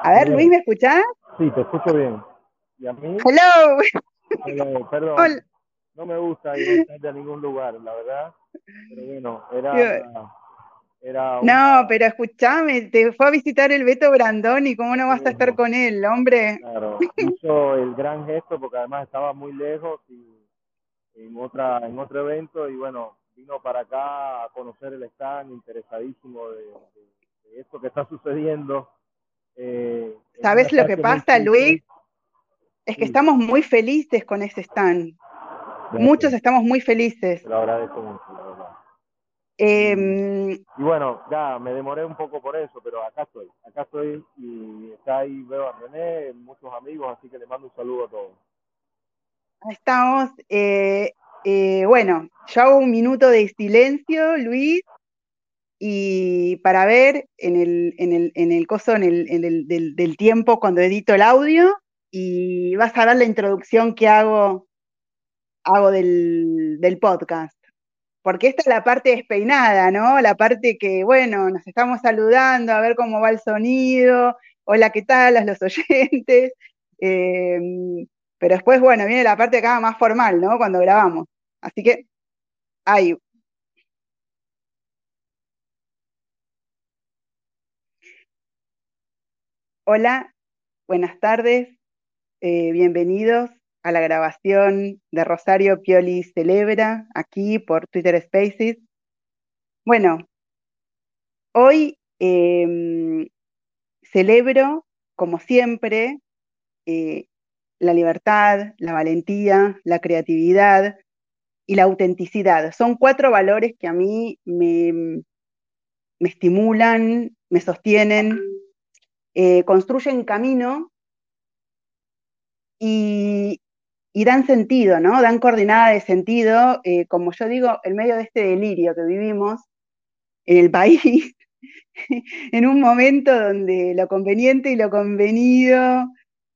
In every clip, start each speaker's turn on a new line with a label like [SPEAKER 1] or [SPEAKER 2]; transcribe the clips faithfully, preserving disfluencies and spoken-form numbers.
[SPEAKER 1] A ver, Luis,
[SPEAKER 2] Bien.
[SPEAKER 1] ¿me escuchás?
[SPEAKER 2] Sí, te escucho bien. ¿Y a mí?
[SPEAKER 1] Hello.
[SPEAKER 2] Eh, perdón,
[SPEAKER 1] Hola.
[SPEAKER 2] no me gusta llegar tarde a ningún lugar, la verdad. Pero bueno, era,
[SPEAKER 1] Digo,
[SPEAKER 2] era
[SPEAKER 1] no,
[SPEAKER 2] una...
[SPEAKER 1] pero escuchame, te fue a visitar el Beto Brandoni, ¿cómo no
[SPEAKER 2] Así
[SPEAKER 1] vas a estar
[SPEAKER 2] mismo,
[SPEAKER 1] con él, hombre?
[SPEAKER 2] claro. Hizo el gran gesto porque además estaba muy lejos y en otra, en otro evento y bueno, vino para acá a conocer el stand, interesadísimo de, de, de esto que está sucediendo eh, en un
[SPEAKER 1] ¿Sabes lo que
[SPEAKER 2] espacio muy
[SPEAKER 1] pasa, Luis?
[SPEAKER 2] chico.
[SPEAKER 1] Es que
[SPEAKER 2] Sí,
[SPEAKER 1] estamos muy felices con ese stand. Muchos
[SPEAKER 2] gracias.
[SPEAKER 1] estamos muy felices.
[SPEAKER 2] Te lo agradezco mucho, la verdad. Y,
[SPEAKER 1] Eh,
[SPEAKER 2] y bueno, ya me demoré un poco por eso, pero acá estoy, acá estoy y está ahí, veo a René, muchos amigos, así que le mando un saludo a todos.
[SPEAKER 1] estamos, eh, eh, bueno, yo hago un minuto de silencio, Luis, y para ver en el, en el, en el coso, en el, en el del, del tiempo cuando edito el audio, y vas a ver la introducción que hago, hago del, del podcast. Porque esta es la parte despeinada, ¿no? La parte que, bueno, nos estamos saludando, a ver cómo va el sonido, hola, ¿qué tal? A los oyentes. Eh, pero después, bueno, viene la parte acá más formal, ¿no? Cuando grabamos. Así que, ahí. Hola, buenas tardes, eh, bienvenidos a la grabación de Rosario Pioli Celebra, aquí por Twitter Spaces. Bueno, hoy eh, celebro, como siempre, eh, la libertad, la valentía, la creatividad y la autenticidad. Son cuatro valores que a mí me, me estimulan, me sostienen, eh, construyen camino y, y, dan sentido, ¿no? Dan coordenada de sentido, eh, como yo digo, en medio de este delirio que vivimos en el país, en un momento donde lo conveniente y lo convenido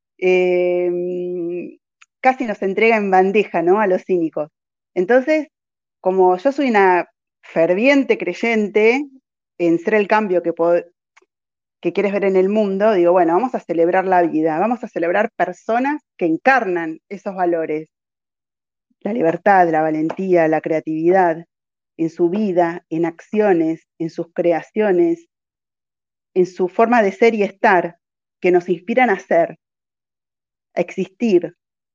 [SPEAKER 1] eh, casi nos entrega en bandeja, ¿no? A los cínicos. Entonces, como yo soy una ferviente creyente en ser el cambio que, que quieres ver en el mundo, digo, bueno, vamos a celebrar la vida, vamos a celebrar personas que encarnan esos valores, la libertad, la valentía, la creatividad, en su vida, en acciones, en sus creaciones, en su forma de ser y estar, que nos inspiran a ser, a existir,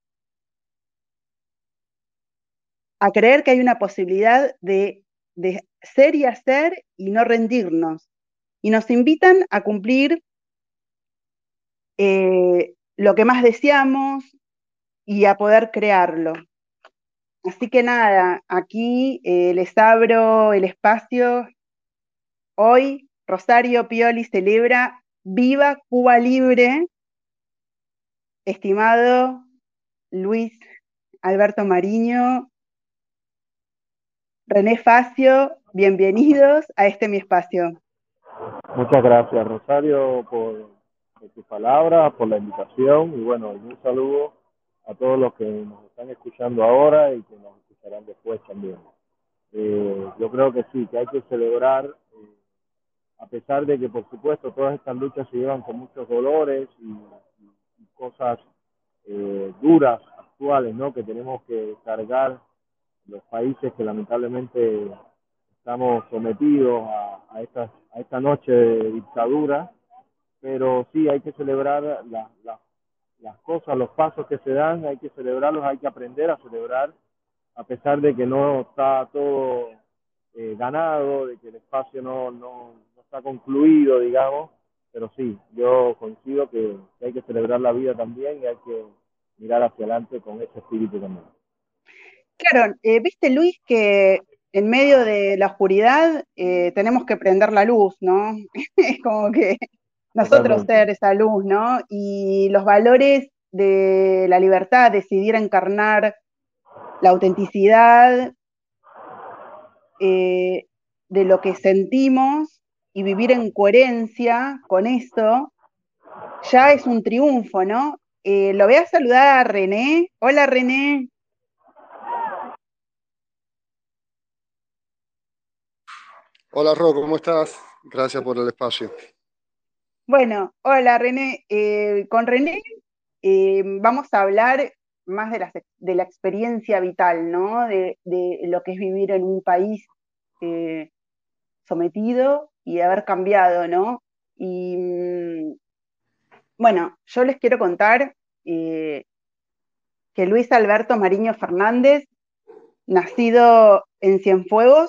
[SPEAKER 1] a creer que hay una posibilidad de, de ser y hacer y no rendirnos. Y nos invitan a cumplir eh, lo que más deseamos y a poder crearlo. Así que nada, aquí eh, les abro el espacio. Hoy Rosario Pioli celebra Viva Cuba Libre, estimado Luis Alberto Mariño, René Facio, bienvenidos a este mi espacio.
[SPEAKER 2] Muchas gracias, Rosario, por, por tus palabras, por la invitación y bueno, y un saludo a todos los que nos están escuchando ahora y que nos escucharán después también. Eh, yo creo que sí, que hay que celebrar, eh, a pesar de que por supuesto todas estas luchas se llevan con muchos dolores y, y, y cosas eh, duras, actuales, ¿no? Que tenemos que cargar los países que lamentablemente estamos sometidos a, a, estas, a esta noche de dictadura, pero sí hay que celebrar la, la, las cosas, los pasos que se dan, hay que celebrarlos, hay que aprender a celebrar, a pesar de que no está todo eh, ganado, de que el espacio no, no, no está concluido, digamos, pero sí, yo coincido que, que hay que celebrar la vida también y hay que mirar hacia adelante con ese espíritu también.
[SPEAKER 1] Claro, eh, viste Luis que en medio de la oscuridad eh, tenemos que prender la luz, ¿no? Es como que nosotros
[SPEAKER 2] Totalmente.
[SPEAKER 1] ser esa luz, ¿no? Y los valores de la libertad, decidir encarnar la autenticidad eh, de lo que sentimos y vivir en coherencia con eso, ya es un triunfo, ¿no? Eh, lo voy a saludar a René. Hola René.
[SPEAKER 3] Hola Ro, ¿cómo estás? Gracias por el espacio.
[SPEAKER 1] Bueno, hola René. Eh, con René eh, vamos a hablar más de la, de la experiencia vital, ¿no? De, de lo que es vivir en un país eh, sometido y haber cambiado, ¿no? Y mm, bueno, yo les quiero contar eh, que Luis Alberto Mariño Fernández, nacido en Cienfuegos,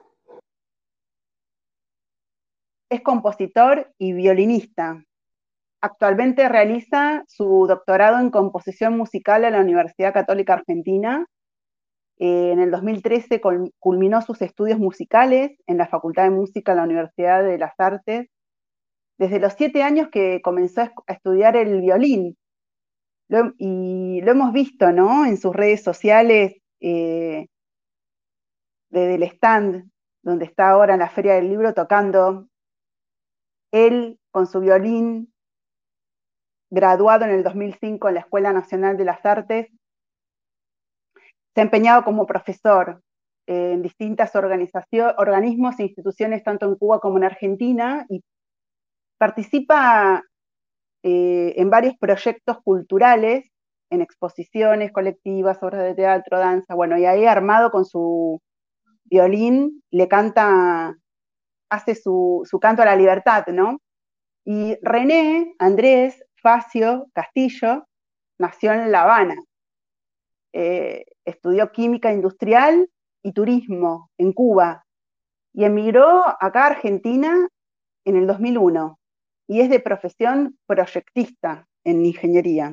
[SPEAKER 1] es compositor y violinista. Actualmente realiza su doctorado en composición musical en la Universidad Católica Argentina. Eh, en el dos mil trece culminó sus estudios musicales en la Facultad de Música de la Universidad de las Artes. Desde los siete años que comenzó a estudiar el violín. Lo, y lo hemos visto, ¿no? En sus redes sociales, eh, desde el stand donde está ahora en la Feria del Libro tocando. Él con su violín, graduado en el dos mil cinco en la Escuela Nacional de las Artes, se ha empeñado como profesor eh, en distintas organizaciones, organismos e instituciones, tanto en Cuba como en Argentina, y participa eh, en varios proyectos culturales, en exposiciones colectivas, obras de teatro, danza, bueno, y ahí armado con su violín, le canta, hace su, su canto a la libertad, ¿no? Y René Andrés Facio Castillo nació en La Habana, eh, estudió química industrial y turismo en Cuba y emigró acá a Argentina en el dos mil uno y es de profesión proyectista en ingeniería.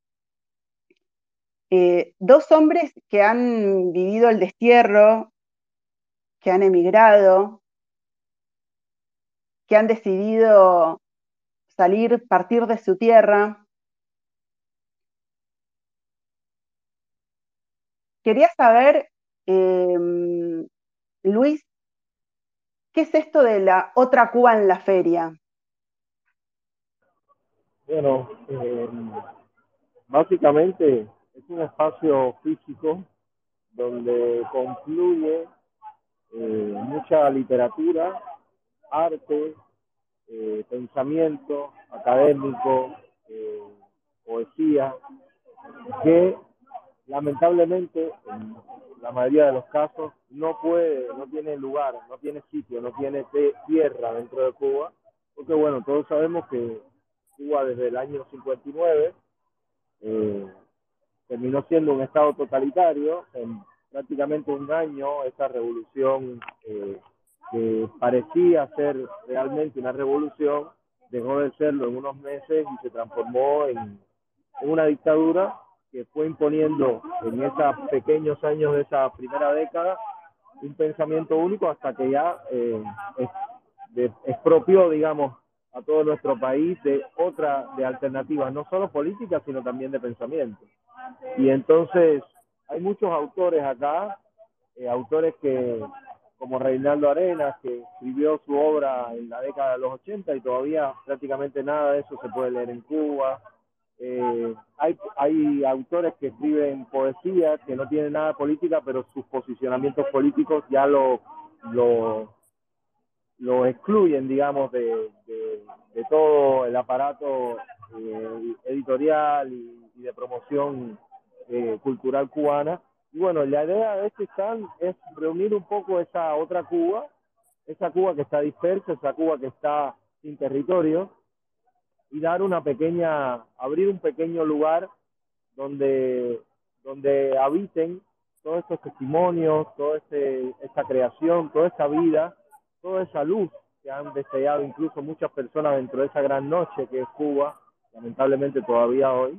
[SPEAKER 1] Eh, dos hombres que han vivido el destierro, que han emigrado, que han decidido salir, partir de su tierra. Quería saber, eh, Luis, ¿qué es esto de la otra Cuba en la feria?
[SPEAKER 2] Bueno, eh, básicamente es un espacio físico donde confluye eh, mucha literatura, arte, eh, pensamiento académico, eh, poesía, que lamentablemente en la mayoría de los casos no puede, no tiene lugar, no tiene sitio, no tiene tierra dentro de Cuba, porque bueno, todos sabemos que Cuba desde el año cincuenta y nueve eh, terminó siendo un estado totalitario. En prácticamente un año esa revolución eh, que parecía ser realmente una revolución dejó de serlo en unos meses y se transformó en, en una dictadura que fue imponiendo en esos pequeños años de esa primera década un pensamiento único hasta que ya eh, es, de, expropió, digamos, a todo nuestro país de otra, de alternativas, no solo políticas, sino también de pensamiento. Y entonces hay muchos autores acá, eh, autores que, como Reinaldo Arenas, que escribió su obra en la década de los ochenta y todavía prácticamente nada de eso se puede leer en Cuba. Eh, hay, hay autores que escriben poesía que no tienen nada de política, pero sus posicionamientos políticos ya lo, lo, lo excluyen, digamos, de, de, de todo el aparato eh, editorial y, y, de promoción eh, cultural cubana. Y bueno, la idea de este stand es reunir un poco esa otra Cuba, esa Cuba que está dispersa, esa Cuba que está sin territorio, y dar una pequeña, abrir un pequeño lugar donde, donde habiten todos estos testimonios, toda este, esta creación, toda esta vida, toda esa luz que han deseado incluso muchas personas dentro de esa gran noche que es Cuba, lamentablemente todavía hoy,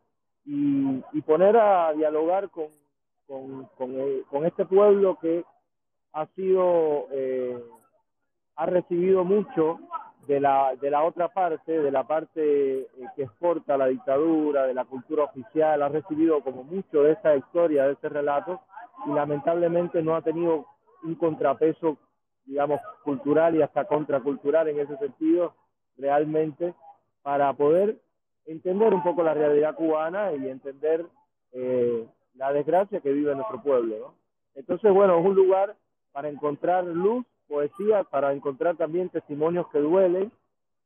[SPEAKER 2] y, y poner a dialogar con, con, con, el, con este pueblo que ha sido, eh, ha recibido mucho de la, de la otra parte, de la parte eh, que exporta la dictadura, de la cultura oficial, ha recibido como mucho de esta historia, de este relato, y lamentablemente no ha tenido un contrapeso, digamos, cultural y hasta contracultural en ese sentido, realmente, para poder entender un poco la realidad cubana y entender eh, la desgracia que vive nuestro pueblo, ¿no? Entonces, bueno, es un lugar para encontrar luz, poesía, para encontrar también testimonios que duelen,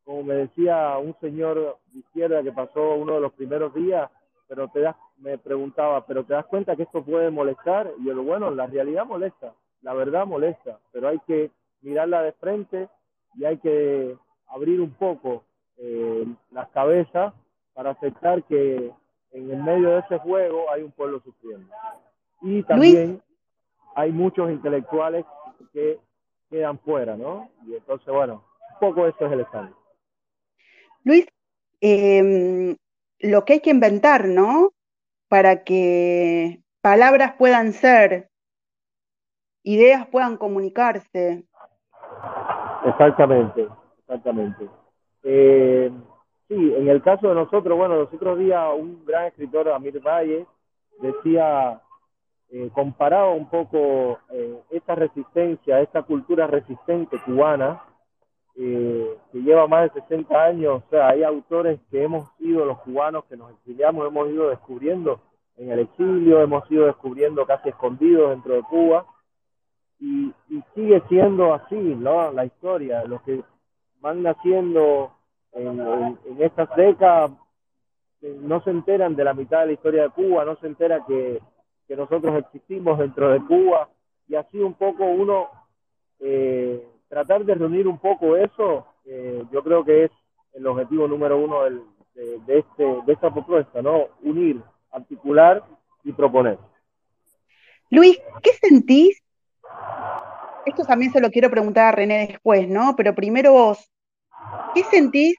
[SPEAKER 2] como me decía un señor de izquierda que pasó uno de los primeros días, pero te das, me preguntaba, ¿pero te das cuenta que esto puede molestar? Y yo, bueno, la realidad molesta, la verdad molesta, pero hay que mirarla de frente y hay que abrir un poco eh, las cabezas para aceptar que en el medio de ese juego hay un pueblo sufriendo. Y
[SPEAKER 1] Luis,
[SPEAKER 2] también hay muchos intelectuales que quedan fuera, ¿no? Y entonces, bueno, un poco eso es el escándalo.
[SPEAKER 1] Luis, em, lo que hay que inventar, ¿no? Para que palabras puedan ser, ideas puedan comunicarse.
[SPEAKER 2] Exactamente, exactamente. Eh, sí, en el caso de nosotros, bueno, los otros días un gran escritor, Amir Valle, decía, eh, comparaba un poco eh, esta resistencia, esta cultura resistente cubana, eh, que lleva más de sesenta años. O sea, hay autores que hemos sido los cubanos que nos exiliamos, hemos ido descubriendo en el exilio, hemos ido descubriendo casi escondidos dentro de Cuba, y, y sigue siendo así, ¿no? La historia, los que van naciendo en, en, en estas décadas eh, no se enteran de la mitad de la historia de Cuba, no se entera que, que nosotros existimos dentro de Cuba, y así un poco uno eh, tratar de reunir un poco eso, eh, yo creo que es el objetivo número uno del, de, de, este, de esta propuesta, ¿no? Unir, articular y proponer.
[SPEAKER 1] Luis, ¿qué sentís? Esto también se lo quiero preguntar a René después, ¿no? Pero primero vos, ¿qué sentís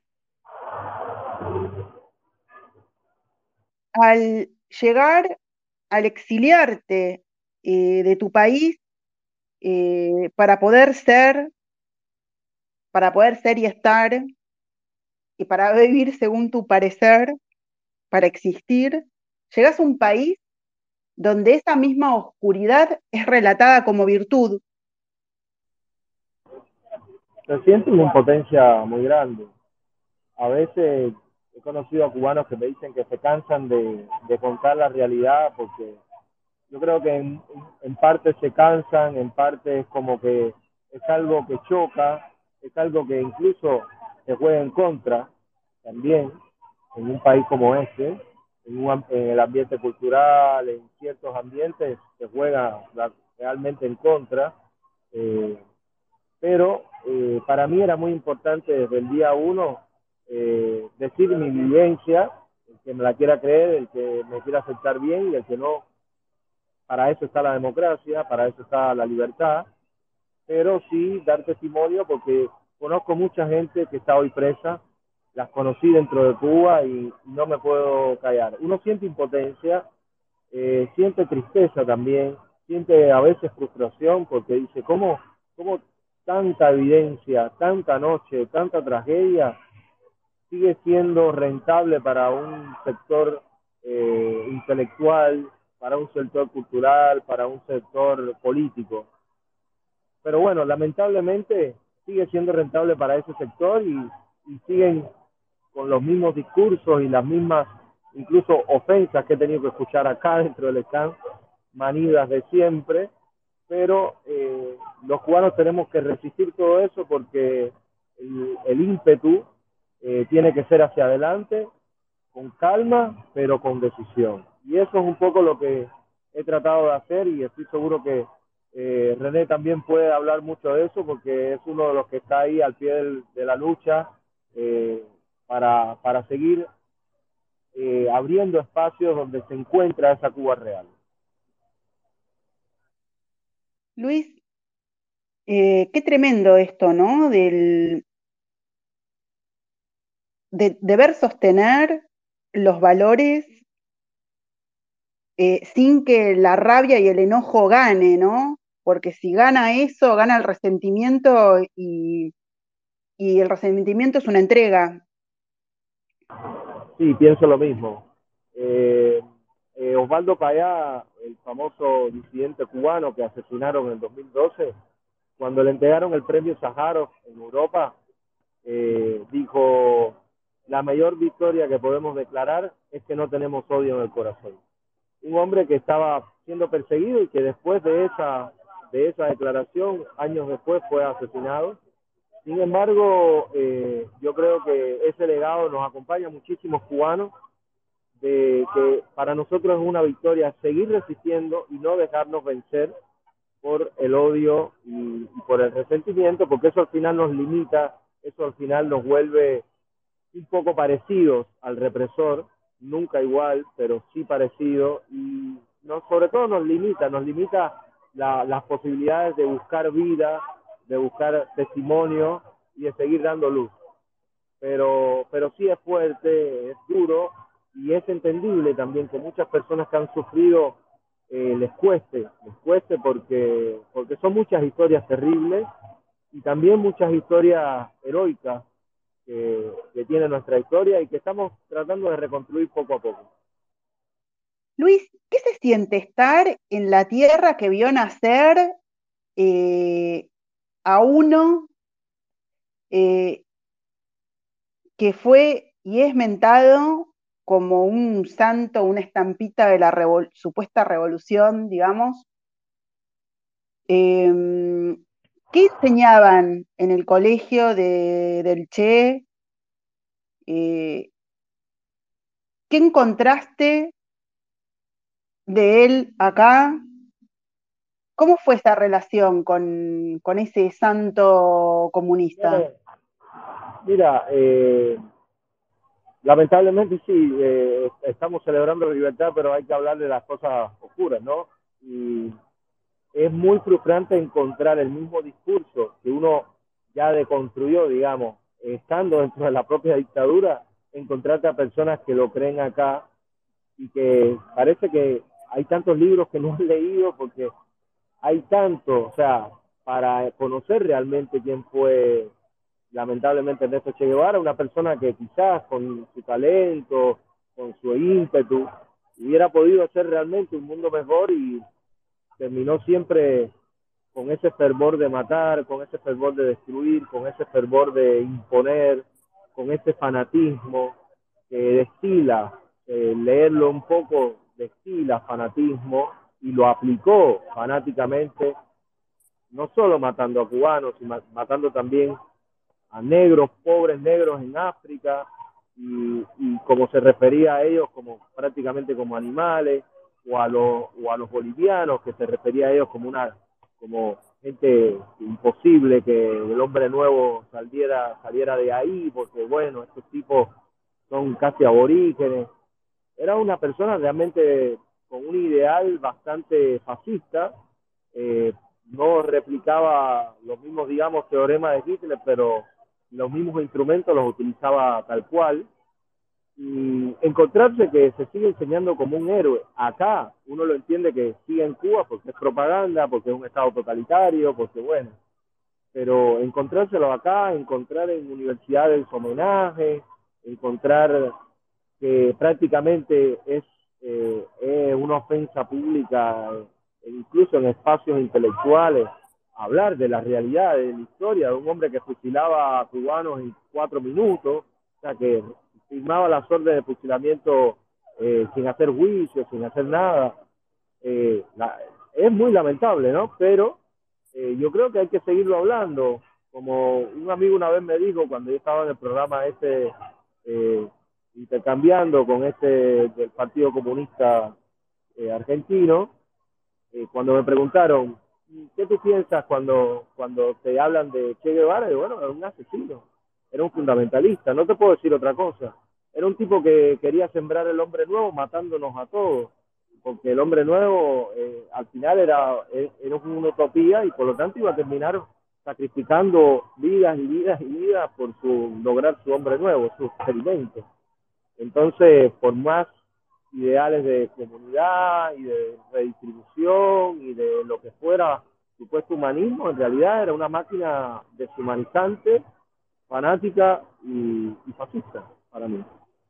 [SPEAKER 1] al llegar, al exiliarte eh, de tu país eh, para poder ser, para poder ser y estar, y para vivir según tu parecer, para existir? Llegas a un país donde esa misma oscuridad es relatada como virtud.
[SPEAKER 2] Se siente una impotencia muy grande. A veces he conocido a cubanos que me dicen que se cansan de, de contar la realidad, porque yo creo que en, en parte se cansan, en parte es como que es algo que choca, es algo que incluso se juega en contra también en un país como este, en, un, en el ambiente cultural, en ciertos ambientes se juega realmente en contra. Eh, pero eh, para mí era muy importante desde el día uno eh, decir mi vivencia, el que me la quiera creer, el que me quiera aceptar bien, y el que no, para eso está la democracia, para eso está la libertad, pero sí dar testimonio, porque conozco mucha gente que está hoy presa, las conocí dentro de Cuba y no me puedo callar. Uno siente impotencia, eh, siente tristeza también, siente a veces frustración, porque dice, ¿cómo, cómo tanta evidencia, tanta noche, tanta tragedia sigue siendo rentable para un sector eh, intelectual, para un sector cultural, para un sector político? Pero bueno, lamentablemente sigue siendo rentable para ese sector, y, y siguen con los mismos discursos y las mismas, incluso ofensas que he tenido que escuchar acá dentro del stand, manidas de siempre. Pero eh, los cubanos tenemos que resistir todo eso, porque el, el ímpetu eh, tiene que ser hacia adelante, con calma, pero con decisión. Y eso es un poco lo que he tratado de hacer, y estoy seguro que eh, René también puede hablar mucho de eso, porque es uno de los que está ahí al pie del, de la lucha, eh, para, para seguir eh, abriendo espacios donde se encuentra esa Cuba real.
[SPEAKER 1] Luis, eh, qué tremendo esto, ¿no? Del, de deber sostener los valores eh, sin que la rabia y el enojo gane, ¿no? Porque si gana eso, gana el resentimiento, y, y el resentimiento es una entrega.
[SPEAKER 2] Sí, pienso lo mismo. Eh, eh, Osvaldo Payá, el famoso disidente cubano que asesinaron en el dos mil doce, cuando le entregaron el premio Sájarov en Europa, eh, dijo, la mayor victoria que podemos declarar es que no tenemos odio en el corazón. Un hombre que estaba siendo perseguido y que después de esa, de esa declaración, años después, fue asesinado. Sin embargo, eh, yo creo que ese legado nos acompaña a muchísimos cubanos, de que para nosotros es una victoria seguir resistiendo y no dejarnos vencer por el odio y, y por el resentimiento, porque eso al final nos limita, eso al final nos vuelve un poco parecidos al represor, nunca igual, pero sí parecido, y no, sobre todo nos limita, nos limita la, las posibilidades de buscar vida, de buscar testimonio y de seguir dando luz. Pero, pero sí es fuerte, es duro, y es entendible también que muchas personas que han sufrido eh, les cueste, les cueste porque, porque son muchas historias terribles y también muchas historias heroicas que, que tiene nuestra historia y que estamos tratando de reconstruir poco a poco.
[SPEAKER 1] Luis, ¿qué se siente estar en la tierra que vio nacer eh, a uno eh, que fue y es mentado como un santo, una estampita de la revol supuesta revolución, digamos? Eh, ¿Qué enseñaban en el colegio de, del Che? Eh, ¿Qué encontraste de él acá? ¿Cómo fue esa relación con, con ese santo comunista?
[SPEAKER 2] Eh, mira, eh, lamentablemente sí, eh, estamos celebrando la libertad, pero hay que hablar de las cosas oscuras, ¿no? Y es muy frustrante encontrar el mismo discurso que uno ya deconstruyó, digamos, estando dentro de la propia dictadura, encontrarte a personas que lo creen acá y que parece que hay tantos libros que no han leído porque hay tanto, o sea, para conocer realmente quién fue lamentablemente Ernesto Che Guevara, una persona que quizás con su talento, con su ímpetu, hubiera podido hacer realmente un mundo mejor y terminó siempre con ese fervor de matar, con ese fervor de destruir, con ese fervor de imponer, con ese fanatismo que destila, eh, leerlo un poco, destila fanatismo y lo aplicó fanáticamente, no solo matando a cubanos, sino matando también a negros, pobres negros en África, y, y como se refería a ellos como prácticamente como animales, o a, los, o a los bolivianos, que se refería a ellos como una como gente imposible que el hombre nuevo saliera, saliera de ahí, porque bueno, estos tipos son casi aborígenes. Era una persona realmente con un ideal bastante fascista, eh, no replicaba los mismos, digamos, teoremas de Hitler, pero los mismos instrumentos los utilizaba tal cual. Y encontrarse que se sigue enseñando como un héroe. Acá uno lo entiende que sigue en Cuba porque es propaganda, porque es un estado totalitario, porque bueno, pero encontrárselo acá, encontrar en universidades homenaje, encontrar que prácticamente es, eh, es una ofensa pública, eh, incluso en espacios intelectuales, hablar de la realidad, de la historia de un hombre que fusilaba a cubanos en cuatro minutos, o sea, que firmaba las órdenes de fusilamiento eh, sin hacer juicio, sin hacer nada. Eh, la, es muy lamentable, ¿no? Pero eh, yo creo que hay que seguirlo hablando. Como un amigo una vez me dijo cuando yo estaba en el programa ese, eh, intercambiando con este del Partido Comunista eh, Argentino, eh, cuando me preguntaron, ¿qué tú piensas cuando, cuando te hablan de Che Guevara? Y bueno, era un asesino, era un fundamentalista, no te puedo decir otra cosa. Era un tipo que quería sembrar el hombre nuevo matándonos a todos, porque el hombre nuevo eh, al final era, era una utopía y por lo tanto iba a terminar sacrificando vidas y vidas y vidas por su, lograr su hombre nuevo, su experimento. Entonces, por más ideales de comunidad y de redistribución y de lo que fuera supuesto humanismo, en realidad era una máquina deshumanizante, fanática y, y fascista para mí.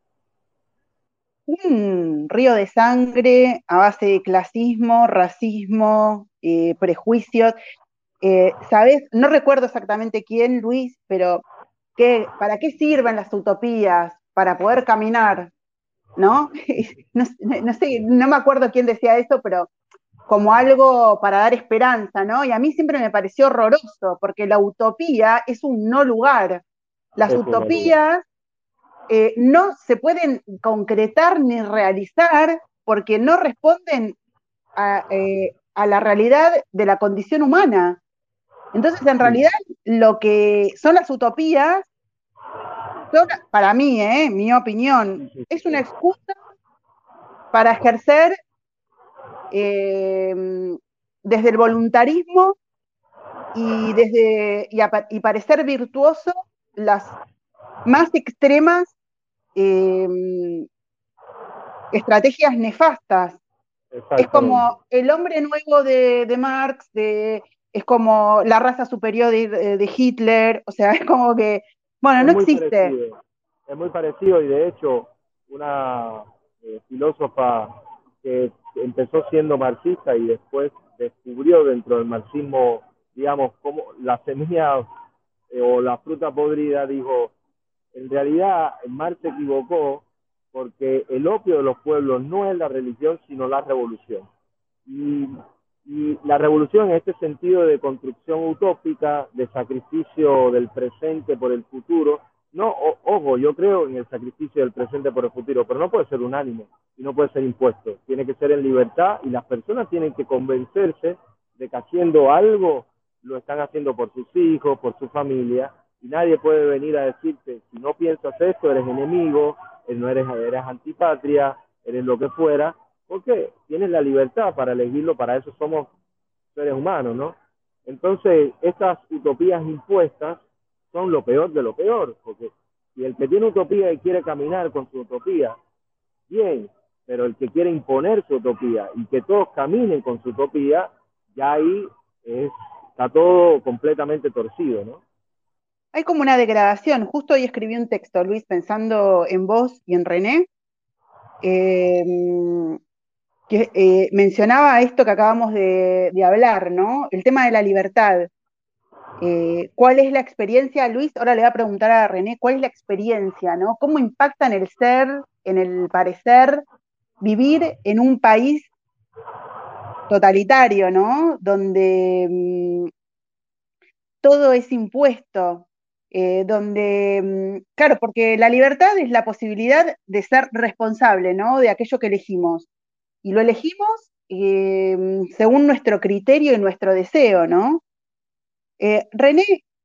[SPEAKER 1] Un río de sangre a base de clasismo, racismo, eh, prejuicios. Eh, ¿Sabes? No recuerdo exactamente quién, Luis, pero ¿qué, ¿para qué sirven las utopías? Para poder caminar, ¿no? No, no sé, no me acuerdo quién decía eso, pero como algo para dar esperanza, ¿no? Y a mí siempre me pareció horroroso, porque la utopía es un no lugar. Las
[SPEAKER 2] Es una duda.
[SPEAKER 1] utopías eh, no se pueden concretar ni realizar porque no responden a, eh, a la realidad de la condición humana. Entonces, en
[SPEAKER 2] Sí,
[SPEAKER 1] realidad, lo que son las utopías, son, para mí, eh, mi opinión,
[SPEAKER 2] sí, sí,
[SPEAKER 1] es una
[SPEAKER 2] sí.
[SPEAKER 1] excusa para ejercer eh, desde el voluntarismo y, desde, y, a, y parecer virtuoso las más extremas eh, estrategias nefastas. Es
[SPEAKER 2] Exactamente.
[SPEAKER 1] como el hombre nuevo de, de Marx, de, es como la raza superior de, de Hitler, o sea, es como que, bueno,
[SPEAKER 2] Es
[SPEAKER 1] no
[SPEAKER 2] muy
[SPEAKER 1] existe.
[SPEAKER 2] parecido, es muy parecido y de hecho una eh, filósofa que empezó siendo marxista y después descubrió dentro del marxismo, digamos, como la semilla eh, o la fruta podrida, dijo, en realidad Marx se equivocó porque el opio de los pueblos no es la religión, sino la revolución. Y, y la revolución en este sentido de construcción utópica, de sacrificio del presente por el futuro, no, o, ojo, yo creo en el sacrificio del presente por el futuro, pero no puede ser unánime y no puede ser impuesto, tiene que ser en libertad y las personas tienen que convencerse de que haciendo algo lo están haciendo por sus hijos, por su familia, y nadie puede venir a decirte, si no piensas esto, eres enemigo, no eres, eres antipatria, eres lo que fuera, porque tienes la libertad para elegirlo, para eso somos seres humanos, ¿no? Entonces, estas utopías impuestas son lo peor de lo peor, porque si el que tiene utopía y quiere caminar con su utopía, bien, pero el que quiere imponer su utopía y que todos caminen con su utopía, ya ahí es, está todo completamente torcido, ¿no?
[SPEAKER 1] Hay como una degradación. Justo hoy escribí un texto, Luis, pensando en vos y en René, eh, que eh, mencionaba esto que acabamos de, de, hablar, ¿no? El tema de la libertad. Eh, ¿Cuál es la experiencia, Luis? Ahora le voy a preguntar a René, ¿cuál es la experiencia, ¿no? ¿Cómo impacta en el ser, en el parecer, vivir en un país totalitario, ¿no? Donde mmm, todo es impuesto, eh, donde, mmm, claro, porque la libertad es la posibilidad de ser responsable, ¿no? De aquello que elegimos. Y lo elegimos eh, según nuestro criterio y nuestro deseo, ¿no? Eh, René,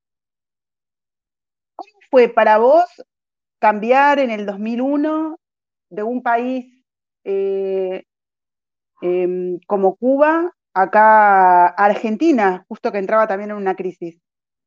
[SPEAKER 1] ¿cómo fue para vos cambiar en el dos mil uno de un país eh, eh, como Cuba acá a Argentina, justo que entraba también en una crisis?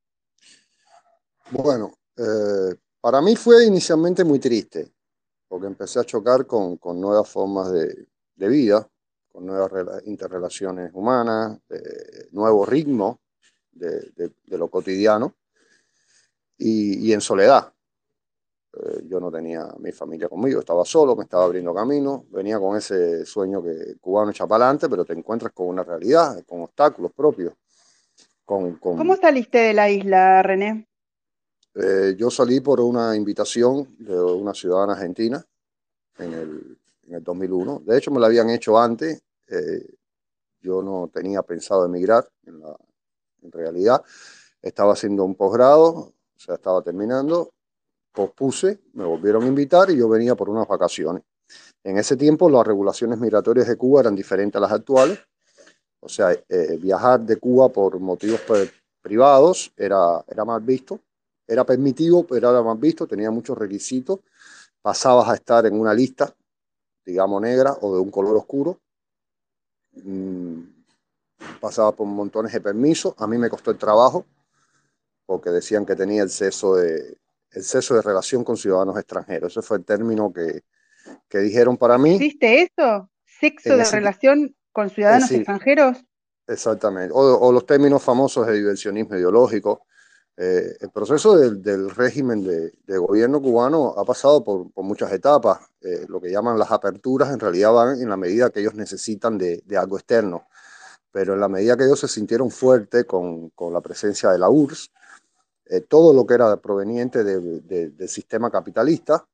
[SPEAKER 3] Bueno, eh, para mí fue inicialmente muy triste, porque empecé a chocar con, con nuevas formas de, de vida, con nuevas interrelaciones humanas, eh, nuevos ritmos de, de, de, lo cotidiano y, y en soledad. Eh, yo no tenía mi familia conmigo, estaba solo, me estaba abriendo camino, venía con ese sueño que cubano echa para adelante, pero te encuentras con una realidad, con obstáculos propios. Con,
[SPEAKER 1] ¿Cómo
[SPEAKER 3] con,
[SPEAKER 1] saliste de la isla, René?
[SPEAKER 3] eh, yo salí por una invitación de una ciudadana argentina en el, en el dos mil uno. De hecho, me la habían hecho antes. Eh, yo no tenía pensado emigrar, en, la, en realidad. Estaba haciendo un posgrado, o sea, estaba terminando. Pospuse, me volvieron a invitar y yo venía por unas vacaciones. En ese tiempo las regulaciones migratorias de Cuba eran diferentes a las actuales. O sea, eh, viajar de Cuba por motivos privados era, era mal visto. Era permitido, pero era mal visto, tenía muchos requisitos. Pasabas a estar en una lista, digamos negra o de un color oscuro. Mm, pasaba por montones de permisos. A mí me costó el trabajo porque decían que tenía exceso de, exceso de relación con ciudadanos extranjeros. Ese fue el término que, que dijeron para mí.
[SPEAKER 1] ¿Existe eso? ¿Sexo
[SPEAKER 3] En
[SPEAKER 1] de
[SPEAKER 3] ese,
[SPEAKER 1] relación con
[SPEAKER 3] es
[SPEAKER 1] ciudadanos
[SPEAKER 3] decir,
[SPEAKER 1] extranjeros?
[SPEAKER 3] exactamente. O, o los términos famosos de diversionismo ideológico. Eh, el proceso del, del régimen de, de, gobierno cubano ha pasado por, por muchas etapas. Eh, lo que llaman las aperturas en realidad van en la medida que ellos necesitan de, de algo externo. Pero en la medida que ellos se sintieron fuertes con, con la presencia de la U R S S, eh, todo lo que era proveniente de, de, del sistema capitalista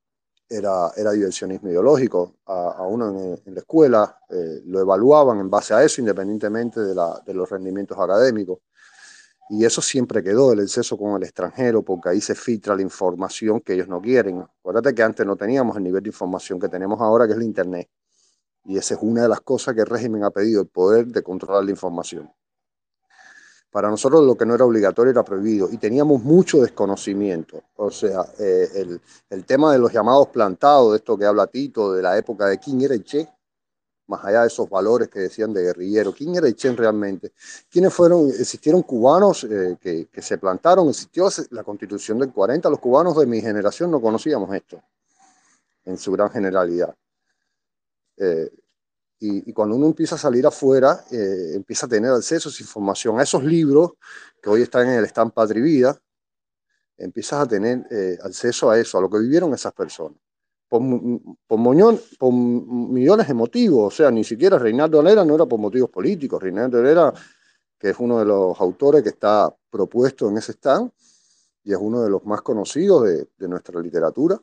[SPEAKER 3] era, era diversionismo ideológico. A, a uno en, en, la escuela eh, lo evaluaban en base a eso, independientemente de, la, de los rendimientos académicos. Y eso siempre quedó, el exceso con el extranjero, porque ahí se filtra la información que ellos no quieren. Acuérdate que antes no teníamos el nivel de información que tenemos ahora, que es el Internet. Y esa es una de las cosas que el régimen ha pedido, el poder de controlar la información. Para nosotros lo que no era obligatorio era prohibido y teníamos mucho desconocimiento. O sea, eh, el, el tema de los llamados plantados, de esto que habla Tito, de la época de quién era el Che, más allá de esos valores que decían de guerrillero, ¿quién era el Che realmente? ¿Quiénes fueron? Existieron cubanos eh, que, que se plantaron, existió la Constitución del cuarenta, los cubanos de mi generación no conocíamos esto, en su gran generalidad. Eh, Y, y cuando uno empieza a salir afuera, eh, empieza a tener acceso a esa información, a esos libros que hoy están en el stand Patria y Vida, empiezas a tener eh, acceso a eso, a lo que vivieron esas personas. Por, por, moñón, por millones de motivos, o sea, ni siquiera Reinaldo Lera no era por motivos políticos. Reinaldo Lera, que es uno de los autores que está propuesto en ese stand y es uno de los más conocidos de, de nuestra literatura,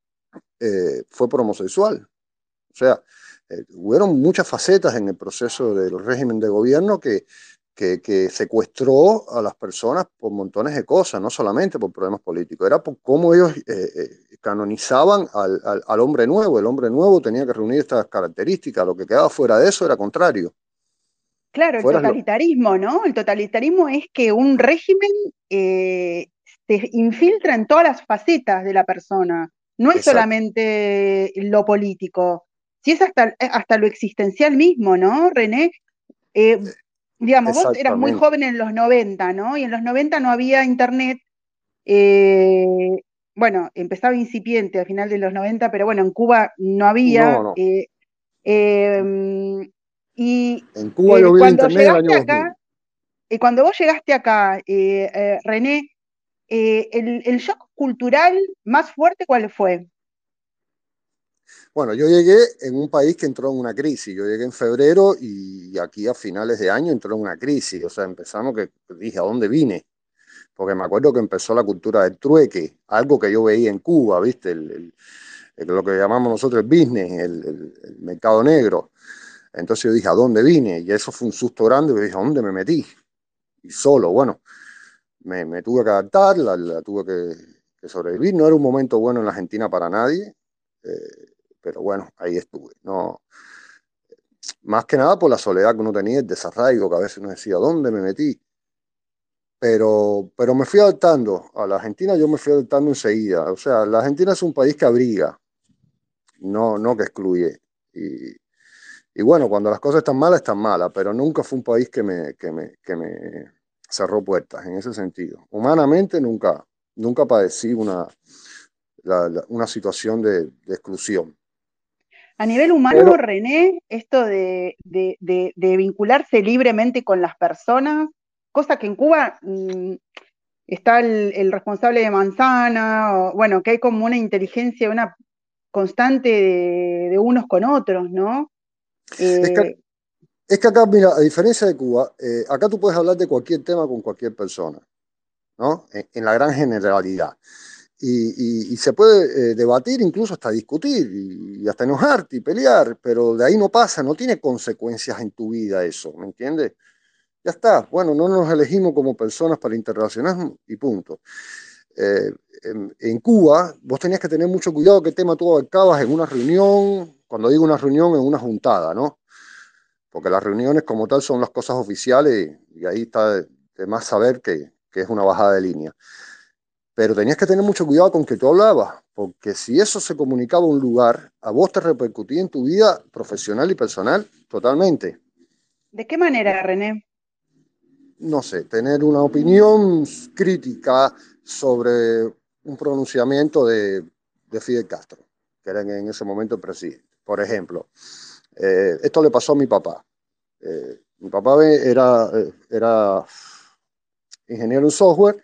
[SPEAKER 3] eh, fue por homosexual. O sea, eh, hubieron muchas facetas en el proceso del régimen de gobierno que, que, que secuestró a las personas por montones de cosas, no solamente por problemas políticos, era por cómo ellos eh, eh, canonizaban al, al, al hombre nuevo. El hombre nuevo tenía que reunir estas características, lo que quedaba fuera de eso era contrario.
[SPEAKER 1] Claro, el
[SPEAKER 3] Fueras lo...
[SPEAKER 1] totalitarismo, ¿no? El totalitarismo es que un régimen eh, se infiltra en todas las facetas de la persona, no es
[SPEAKER 3] Exacto,
[SPEAKER 1] solamente lo político, si es hasta, hasta lo existencial mismo, ¿no, René? Eh, digamos, vos eras muy
[SPEAKER 3] exactamente.
[SPEAKER 1] joven en los noventa, ¿no? Y en los noventa no había internet, eh, bueno, empezaba incipiente a final de los noventa, pero bueno, en Cuba no
[SPEAKER 3] No,
[SPEAKER 1] había.
[SPEAKER 3] no.
[SPEAKER 1] Eh, eh, y
[SPEAKER 3] En Cuba yo
[SPEAKER 1] eh,
[SPEAKER 3] vi el
[SPEAKER 1] cuando
[SPEAKER 3] internet en el
[SPEAKER 1] llegaste
[SPEAKER 3] año
[SPEAKER 1] acá,
[SPEAKER 3] dos mil.
[SPEAKER 1] eh, cuando vos llegaste acá, eh, eh, René, eh, el, el shock cultural más fuerte, ¿cuál fue?
[SPEAKER 3] Bueno, yo llegué en un país que entró en una crisis. Yo llegué en febrero y aquí a finales de año entró en una crisis. O sea, empezamos que dije, ¿a dónde vine? Porque me acuerdo que empezó la cultura del trueque, algo que yo veía en Cuba, ¿viste? El, el, el, lo que llamamos nosotros el business, el, el, el mercado negro. Entonces yo dije, ¿a dónde vine? Y eso fue un susto grande. Yo dije, ¿a dónde me metí? Y solo, bueno, me, me tuve que adaptar, la, la tuve que, que, sobrevivir. No era un momento bueno en la Argentina para nadie, eh, pero bueno, ahí estuve. No, más que nada por la soledad que uno tenía, el desarraigo, que a veces uno decía, ¿dónde me metí? Pero, pero me fui adaptando. A la Argentina yo me fui adaptando enseguida. O sea, la Argentina es un país que abriga, no, no que excluye. Y, y bueno, cuando las cosas están malas, están malas, pero nunca fue un país que me, que me, que me cerró puertas en ese sentido. Humanamente nunca, nunca padecí una, la, la, una situación de, de exclusión.
[SPEAKER 1] A nivel humano,
[SPEAKER 3] Pero
[SPEAKER 1] René, esto de, de, de, de vincularse libremente con las personas, cosa que en Cuba mmm, está el, el, responsable de Manzana, o, bueno, que hay como una inteligencia, una constante de, de unos con otros, ¿no?
[SPEAKER 3] es que,
[SPEAKER 1] Eh,
[SPEAKER 3] es que acá, mira, a diferencia de Cuba, eh, acá tú puedes hablar de cualquier tema con cualquier persona, ¿no? En, en la gran generalidad. Y, y, y se puede eh, debatir, incluso hasta discutir, y, y hasta enojarte y pelear, pero de ahí no pasa, no tiene consecuencias en tu vida eso, ¿me entiendes? Ya está, bueno, no nos elegimos como personas para interrelacionarnos y punto. Eh, en, en, Cuba, vos tenías que tener mucho cuidado qué tema tú abarcabas en una reunión, cuando digo una reunión, en una juntada, ¿no? Porque las reuniones como tal son las cosas oficiales y, y ahí está de, de más saber que, que es una bajada de línea. Pero tenías que tener mucho cuidado con que tú hablabas, porque si eso se comunicaba a un lugar, a vos te repercutía en tu vida profesional y personal totalmente.
[SPEAKER 1] ¿De qué manera, René?
[SPEAKER 3] No sé, tener una opinión crítica sobre un pronunciamiento de, de Fidel Castro, que era en ese momento el presidente. Por ejemplo, eh, esto le pasó a mi papá. Eh, mi papá era, era ingeniero en software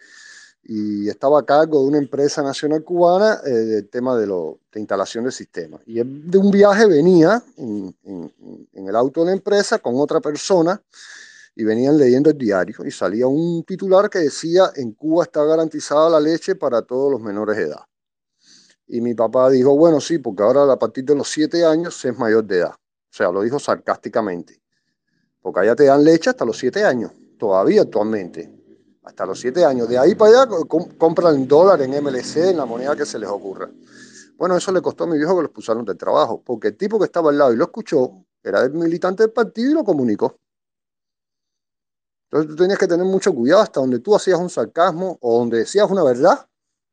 [SPEAKER 3] y estaba a cargo de una empresa nacional cubana eh, del tema de, lo, de instalación de sistemas. Y él de un viaje venía en, en, en el auto de la empresa con otra persona y venían leyendo el diario y salía un titular que decía: en Cuba está garantizada la leche para todos los menores de edad. Y mi papá dijo, bueno, sí, porque ahora a partir de los siete años se es mayor de edad. O sea, lo dijo sarcásticamente. Porque allá te dan leche hasta los siete años, todavía actualmente. Hasta los siete años. De ahí para allá com compran dólar en M L C, en la moneda que se les ocurra. Bueno, eso le costó a mi viejo que lo expulsaron del trabajo, porque el tipo que estaba al lado y lo escuchó era el militante del partido y lo comunicó. Entonces tú tenías que tener mucho cuidado hasta donde tú hacías un sarcasmo o donde decías una verdad.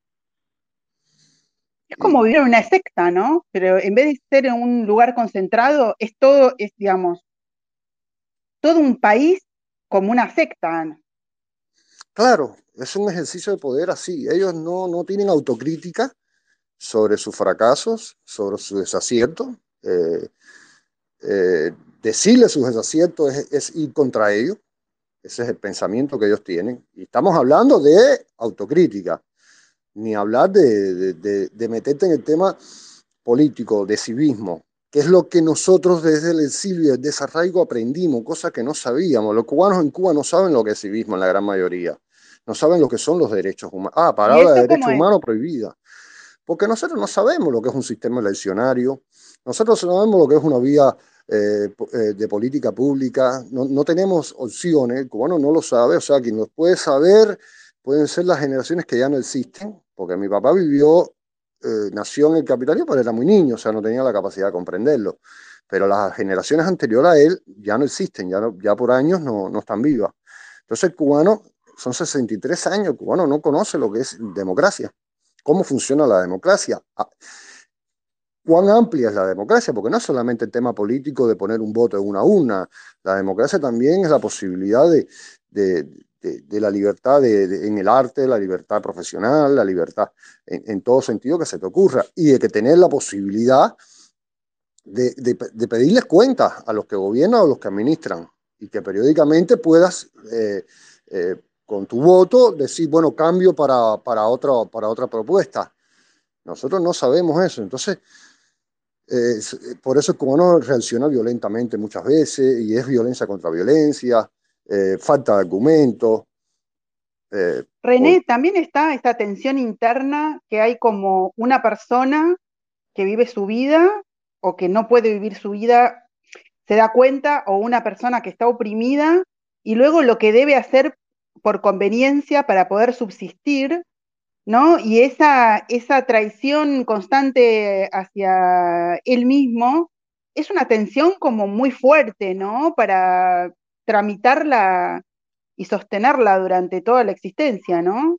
[SPEAKER 1] Es como
[SPEAKER 3] Y
[SPEAKER 1] vivir en una secta, ¿no? Pero en vez de ser en un lugar concentrado, es todo, es, digamos, todo un país como una secta.
[SPEAKER 3] claro, es un ejercicio de poder así. Ellos no, no tienen autocrítica sobre sus fracasos, sobre sus desaciertos. Eh, eh, Decirle sus desaciertos es, es ir contra ellos. Ese es el pensamiento que ellos tienen. Y estamos hablando de autocrítica, ni hablar de, de, de, de meterte en el tema político, de civismo, que es lo que nosotros desde el exilio, el desarraigo aprendimos, cosas que no sabíamos. Los cubanos en Cuba no saben lo que es civismo en la gran mayoría. No saben lo que son los derechos humanos. Ah,
[SPEAKER 1] ¿Y
[SPEAKER 3] palabra de
[SPEAKER 1] eso cómo
[SPEAKER 3] derechos
[SPEAKER 1] es?
[SPEAKER 3] humanos prohibida. Porque nosotros no sabemos lo que es un sistema eleccionario, nosotros sabemos lo que es una vía eh, eh, de política pública, no, no tenemos opciones, el cubano no lo sabe, o sea, quien los puede saber pueden ser las generaciones que ya no existen, porque mi papá vivió, eh, nació en el capitalismo, pero era muy niño, o sea, no tenía la capacidad de comprenderlo. Pero las generaciones anteriores a él ya no existen, ya, no, ya por años no, no están vivas. Entonces el cubano, son sesenta y tres años, el cubano no conoce lo que es democracia, cómo funciona la democracia, cuán amplia es la democracia, porque no es solamente el tema político de poner un voto en una urna, la democracia también es la posibilidad de, de, de, de la libertad de, de, en el arte, la libertad profesional, la libertad en, en, todo sentido que se te ocurra, y de que tener la posibilidad de, de, de pedirles cuentas a los que gobiernan o los que administran, y que periódicamente puedas, eh, eh, con tu voto, decir, bueno, cambio para, para, otra, para otra propuesta. Nosotros no sabemos eso, entonces eh, por eso el cubano reacciona violentamente muchas veces y es violencia contra violencia, eh, falta de argumentos. Eh, por,
[SPEAKER 1] René, también está esta tensión interna que hay como una persona que vive su vida o que no puede vivir su vida, se da cuenta, o una persona que está oprimida y luego lo que debe hacer por conveniencia para poder subsistir, ¿no? Y esa, esa traición constante hacia él mismo es una tensión como muy fuerte, ¿no? Para tramitarla y sostenerla durante toda la existencia, ¿no?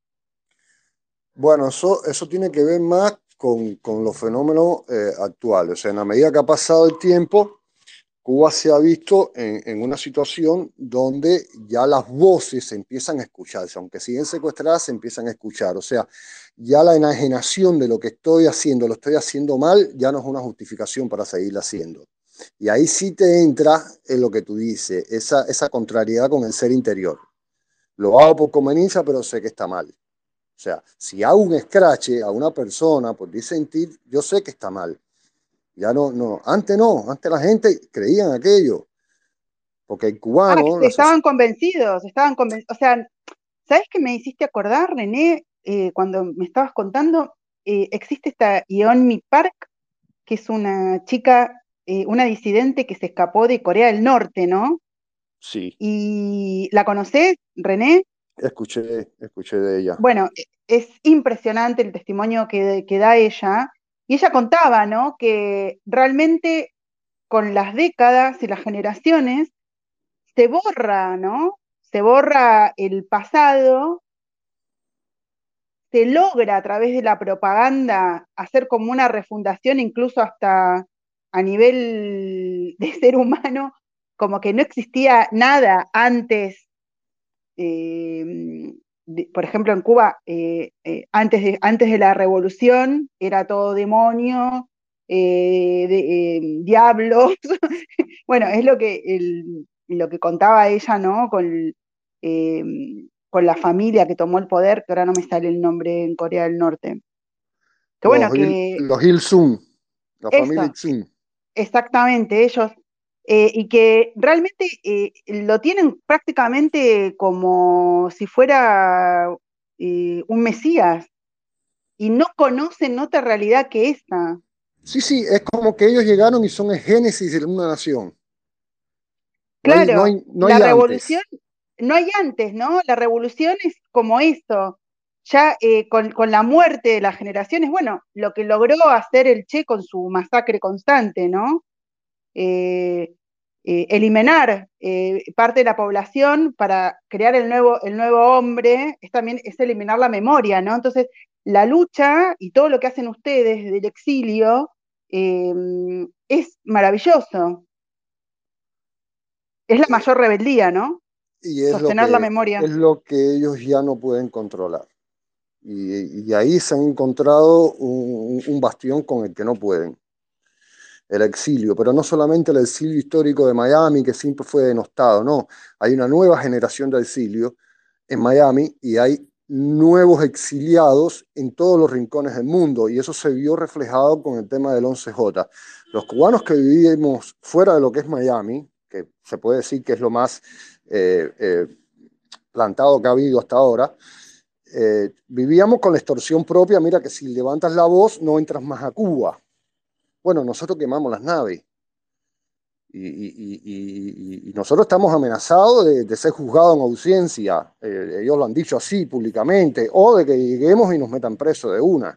[SPEAKER 3] bueno, eso, eso tiene que ver más con, con los fenómenos eh, actuales. O sea, en la medida que ha pasado el tiempo, Cuba se ha visto en, en, una situación donde ya las voces se empiezan a escucharse, aunque siguen secuestradas, se empiezan a escuchar. O sea, ya la enajenación de lo que estoy haciendo, lo estoy haciendo mal, ya no es una justificación para seguirla haciendo. Y ahí sí te entra en lo que tú dices, esa, esa contrariedad con el ser interior. Lo hago por conveniencia, pero sé que está mal. O sea, si hago un escrache a una persona por disentir, yo sé que está mal. Ya no, no, antes no, antes la gente creía en aquello, porque el
[SPEAKER 1] Ah,
[SPEAKER 3] cubano, la
[SPEAKER 1] estaban
[SPEAKER 3] sociedad,
[SPEAKER 1] convencidos, estaban convencidos. O sea, ¿sabes qué me hiciste acordar, René? Eh, cuando me estabas contando, eh, existe esta Yeonmi Park, que es una chica, eh, una disidente que se escapó de Corea del Norte, ¿no?
[SPEAKER 3] sí,
[SPEAKER 1] Y la conocés, René.
[SPEAKER 3] escuché, escuché de ella.
[SPEAKER 1] Bueno, e- es impresionante el testimonio que, que da ella. Y ella contaba, ¿no? Que realmente con las décadas y las generaciones se borra, ¿no? Se borra el pasado, se logra a través de la propaganda hacer como una refundación, incluso hasta a nivel de ser humano, como que no existía nada antes, eh, de, por ejemplo en Cuba, eh, eh, antes, de, antes de la revolución era todo demonio, eh, de, eh, diablos, bueno, es lo que, el, lo que contaba ella, ¿no? Con, eh, con la familia que tomó el poder, que ahora no me sale el nombre en Corea del Norte. Que bueno,
[SPEAKER 3] Los, Il,
[SPEAKER 1] que
[SPEAKER 3] los Il Sung, la familia
[SPEAKER 1] eso,
[SPEAKER 3] Il Sung.
[SPEAKER 1] exactamente, ellos, eh, y que realmente eh, lo tienen prácticamente como si fuera eh, un mesías, y no conocen otra realidad que esta.
[SPEAKER 3] Sí, sí, es como que ellos llegaron y son el génesis de una nación. No hay, no
[SPEAKER 1] Claro,
[SPEAKER 3] hay, no
[SPEAKER 1] la
[SPEAKER 3] hay
[SPEAKER 1] revolución,
[SPEAKER 3] antes.
[SPEAKER 1] no hay antes, ¿no? La revolución es como eso. Ya eh, con, con la muerte de las generaciones, bueno, lo que logró hacer el Che con su masacre constante, ¿no? Eh, eh, eliminar eh, parte de la población para crear el nuevo, el nuevo hombre, es también es eliminar la memoria, ¿no? Entonces, la lucha y todo lo que hacen ustedes del exilio eh, es maravilloso. Es la
[SPEAKER 3] Eh,
[SPEAKER 1] mayor rebeldía, ¿no?
[SPEAKER 3] y es lo
[SPEAKER 1] Sostener la
[SPEAKER 3] que, es
[SPEAKER 1] memoria.
[SPEAKER 3] lo que ellos ya no pueden controlar. Y, y ahí se han encontrado un, un bastión con el que no pueden, el exilio, pero no solamente el exilio histórico de Miami, que siempre fue denostado, no, hay una nueva generación de exilio en Miami y hay nuevos exiliados en todos los rincones del mundo y eso se vio reflejado con el tema del once J. Los cubanos que vivimos fuera de lo que es Miami, que se puede decir que es lo más eh, eh, plantado que ha habido hasta ahora, eh, vivíamos con la extorsión propia, mira que si levantas la voz no entras más a Cuba. Bueno, nosotros quemamos las naves y, y, y, y nosotros estamos amenazados de, de ser juzgados en audiencia, eh, ellos lo han dicho así públicamente, o de que lleguemos y nos metan presos de una.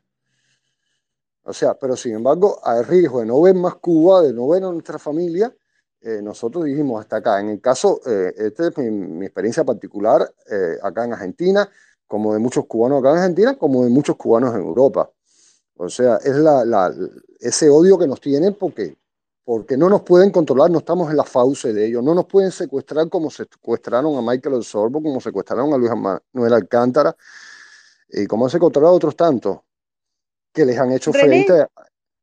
[SPEAKER 3] O sea, pero sin embargo, a riesgo de no ver más Cuba, de no ver a nuestra familia, eh, nosotros dijimos hasta acá. En el caso, eh, esta es mi, mi, experiencia particular eh, acá en Argentina, como de muchos cubanos acá en Argentina, como de muchos cubanos en Europa. O sea, es la, la, ese odio que nos tienen porque, porque no nos pueden controlar, no estamos en la fauce de ellos, no nos pueden secuestrar como secuestraron a Michael El Sorbo, como secuestraron a Luis Manuel Alcántara y como han secuestrado a otros tantos que les han hecho
[SPEAKER 1] René,
[SPEAKER 3] frente. A,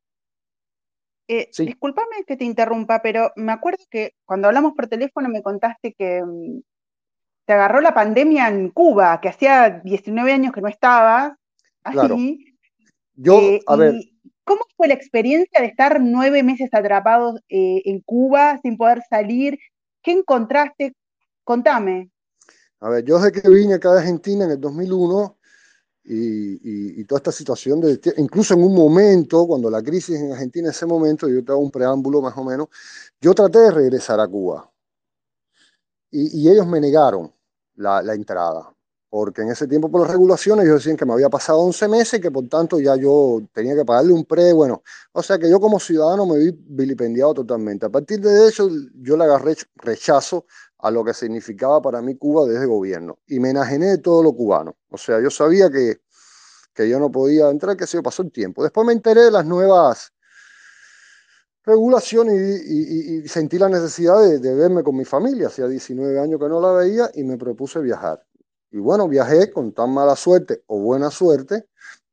[SPEAKER 1] eh,
[SPEAKER 3] sí,
[SPEAKER 1] discúlpame que te interrumpa, pero me acuerdo que cuando hablamos por teléfono me contaste que um, te agarró la pandemia en Cuba, que hacía diecinueve años que no estabas
[SPEAKER 3] claro.
[SPEAKER 1] ahí.
[SPEAKER 3] Yo,
[SPEAKER 1] Eh,
[SPEAKER 3] a ver,
[SPEAKER 1] ¿y cómo fue la experiencia de estar nueve meses atrapados eh, en Cuba sin poder salir? ¿Qué encontraste? Contame.
[SPEAKER 3] a ver, yo desde que vine acá de Argentina en el dos mil uno y, y, y toda esta situación, de, incluso en un momento, cuando la crisis en Argentina, en ese momento, yo te hago un preámbulo más o menos, yo traté de regresar a Cuba. Y, y ellos me negaron la, la, entrada, porque en ese tiempo por las regulaciones ellos decían que me había pasado once meses y que por tanto ya yo tenía que pagarle un pre, bueno, o sea que yo como ciudadano me vi vilipendiado totalmente. A partir de eso yo le agarré rechazo a lo que significaba para mí Cuba desde el gobierno y me enajené de todo lo cubano. O sea, yo sabía que, que yo no podía entrar, que se pasó el tiempo. Después me enteré de las nuevas regulación y, y, y, sentí la necesidad de, de, verme con mi familia. Hacía diecinueve años que no la veía y me propuse viajar. Y bueno, viajé con tan mala suerte o buena suerte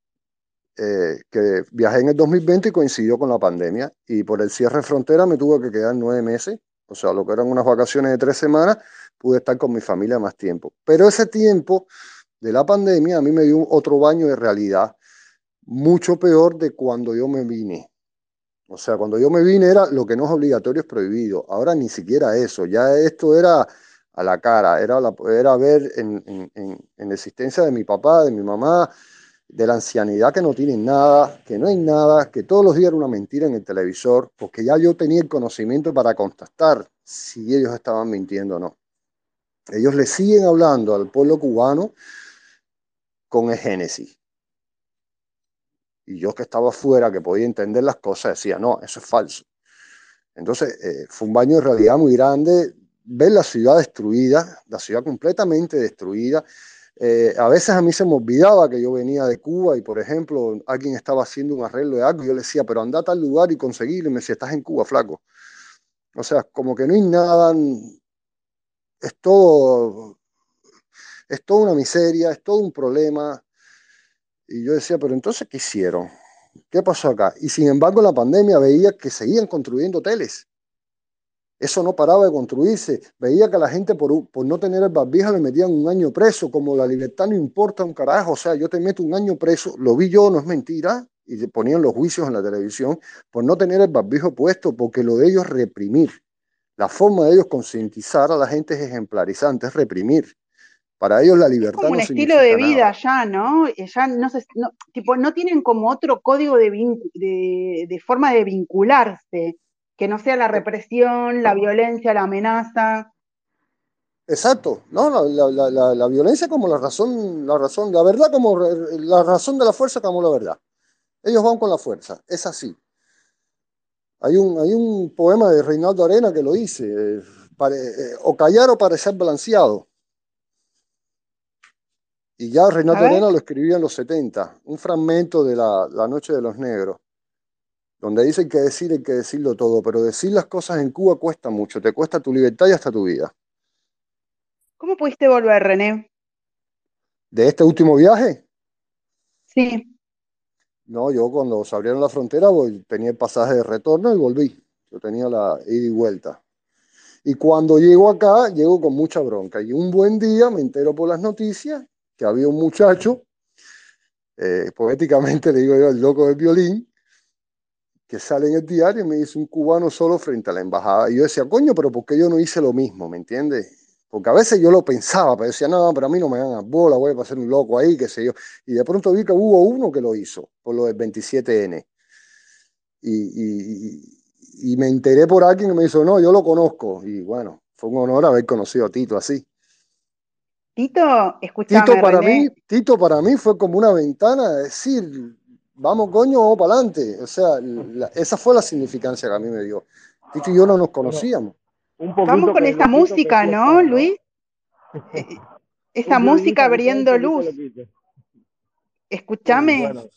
[SPEAKER 3] eh, que viajé en el dos mil veinte y coincidió con la pandemia. Y por el cierre de frontera me tuve que quedar nueve meses, o sea, lo que eran unas vacaciones de tres semanas, pude estar con mi familia más tiempo. Pero ese tiempo de la pandemia a mí me dio otro baño de realidad, mucho peor de cuando yo me vine. O sea, cuando yo me vine era lo que no es obligatorio es prohibido. Ahora ni siquiera eso. Ya esto era a la cara. Era, la, era ver en, en, en, en la existencia de mi papá, de mi mamá, de la ancianidad que no tienen nada, que no hay nada, que todos los días era una mentira en el televisor, porque ya yo tenía el conocimiento para contestar si ellos estaban mintiendo o no. Ellos le siguen hablando al pueblo cubano con el Génesis. Y yo que estaba afuera, que podía entender las cosas, decía, no, eso es falso. Entonces, eh, fue un baño de realidad muy grande, ver la ciudad destruida, la ciudad completamente destruida. Eh, a veces a mí se me olvidaba que yo venía de Cuba y, por ejemplo, alguien estaba haciendo un arreglo de algo y yo le decía, pero anda a tal lugar y conseguirlo. Y me decía, estás en Cuba, flaco. O sea, como que no hay nada, es todo, es toda una miseria, es todo un problema. Y yo decía, pero entonces, ¿qué hicieron? ¿Qué pasó acá? Y sin embargo, en la pandemia veía que seguían construyendo hoteles. Eso no paraba de construirse. Veía que a la gente por, por no tener el barbijo le metían un año preso, como la libertad no importa un carajo. O sea, yo te meto un año preso, lo vi yo, no es mentira, y te ponían los juicios en la televisión por no tener el barbijo puesto, porque lo de ellos es reprimir. La forma de ellos concientizar a la gente es ejemplarizante, es reprimir Para ellos la
[SPEAKER 1] Es
[SPEAKER 3] libertad
[SPEAKER 1] como un
[SPEAKER 3] no
[SPEAKER 1] estilo de
[SPEAKER 3] significa
[SPEAKER 1] vida
[SPEAKER 3] nada.
[SPEAKER 1] ya, ¿no? Eh, Ya no se, no, tipo, no tienen como otro código de, vincu- de, de forma de vincularse, que no sea la
[SPEAKER 3] Eh,
[SPEAKER 1] represión, la violencia, la amenaza.
[SPEAKER 3] Exacto, ¿no? La, la, la, la- la violencia como la razón, la razón, la verdad como re- la razón de la fuerza como la verdad. Ellos van con la fuerza, es así. Hay un, hay un poema de Reinaldo Arena que lo dice, eh, pare- eh, o callar o parecer balanceado. Y ya
[SPEAKER 1] A
[SPEAKER 3] Reinaldo
[SPEAKER 1] ver,
[SPEAKER 3] Arena lo escribía en los setenta, un fragmento de la, la Noche de los Negros, donde dice que decir, hay que decirlo todo, pero decir las cosas en Cuba cuesta mucho, te cuesta tu libertad y hasta tu vida.
[SPEAKER 1] ¿cómo pudiste volver, René?
[SPEAKER 3] De este último viaje,
[SPEAKER 1] Sí,
[SPEAKER 3] no, yo cuando se abrieron la frontera voy- tenía el pasaje de retorno y volví. Yo tenía la ida y vuelta. Y cuando llego acá, llego con mucha bronca. Y un buen día me entero por las noticias que había un muchacho, eh, poéticamente le digo yo, el loco del violín, que sale en el diario y me dice un cubano solo frente a la embajada. Y yo decía, coño, pero ¿por qué yo no hice lo mismo? ¿Me entiendes? Porque a veces yo lo pensaba, pero decía, no, pero a mí no me dan a bola, voy a pasar un loco ahí, qué sé yo. Y de pronto vi que hubo uno que lo hizo, por lo del veintisiete ene. Y, y, y me enteré por alguien que me dijo, no, yo lo conozco. Y bueno, fue un honor haber conocido a Tito así.
[SPEAKER 1] Tito,
[SPEAKER 3] Tito
[SPEAKER 1] escúchame,
[SPEAKER 3] para mí,
[SPEAKER 1] René,
[SPEAKER 3] Tito para mí fue como una ventana de decir, vamos coño, vamos para adelante. O sea, la- esa fue la significancia que a mí me dio. Tito y yo no nos
[SPEAKER 2] Bueno,
[SPEAKER 3] conocíamos.
[SPEAKER 2] un
[SPEAKER 1] vamos
[SPEAKER 2] poquito
[SPEAKER 1] con
[SPEAKER 2] que
[SPEAKER 1] esa
[SPEAKER 2] lo quito que
[SPEAKER 1] música,
[SPEAKER 2] sí
[SPEAKER 1] ¿no,
[SPEAKER 2] está, ¿no?
[SPEAKER 1] Luis? Eh, esa
[SPEAKER 2] Un
[SPEAKER 1] música
[SPEAKER 2] violinista que está un
[SPEAKER 1] abriendo
[SPEAKER 2] poquito
[SPEAKER 1] luz.
[SPEAKER 2] loquito. Sí,
[SPEAKER 1] Escúchame,
[SPEAKER 2] bueno,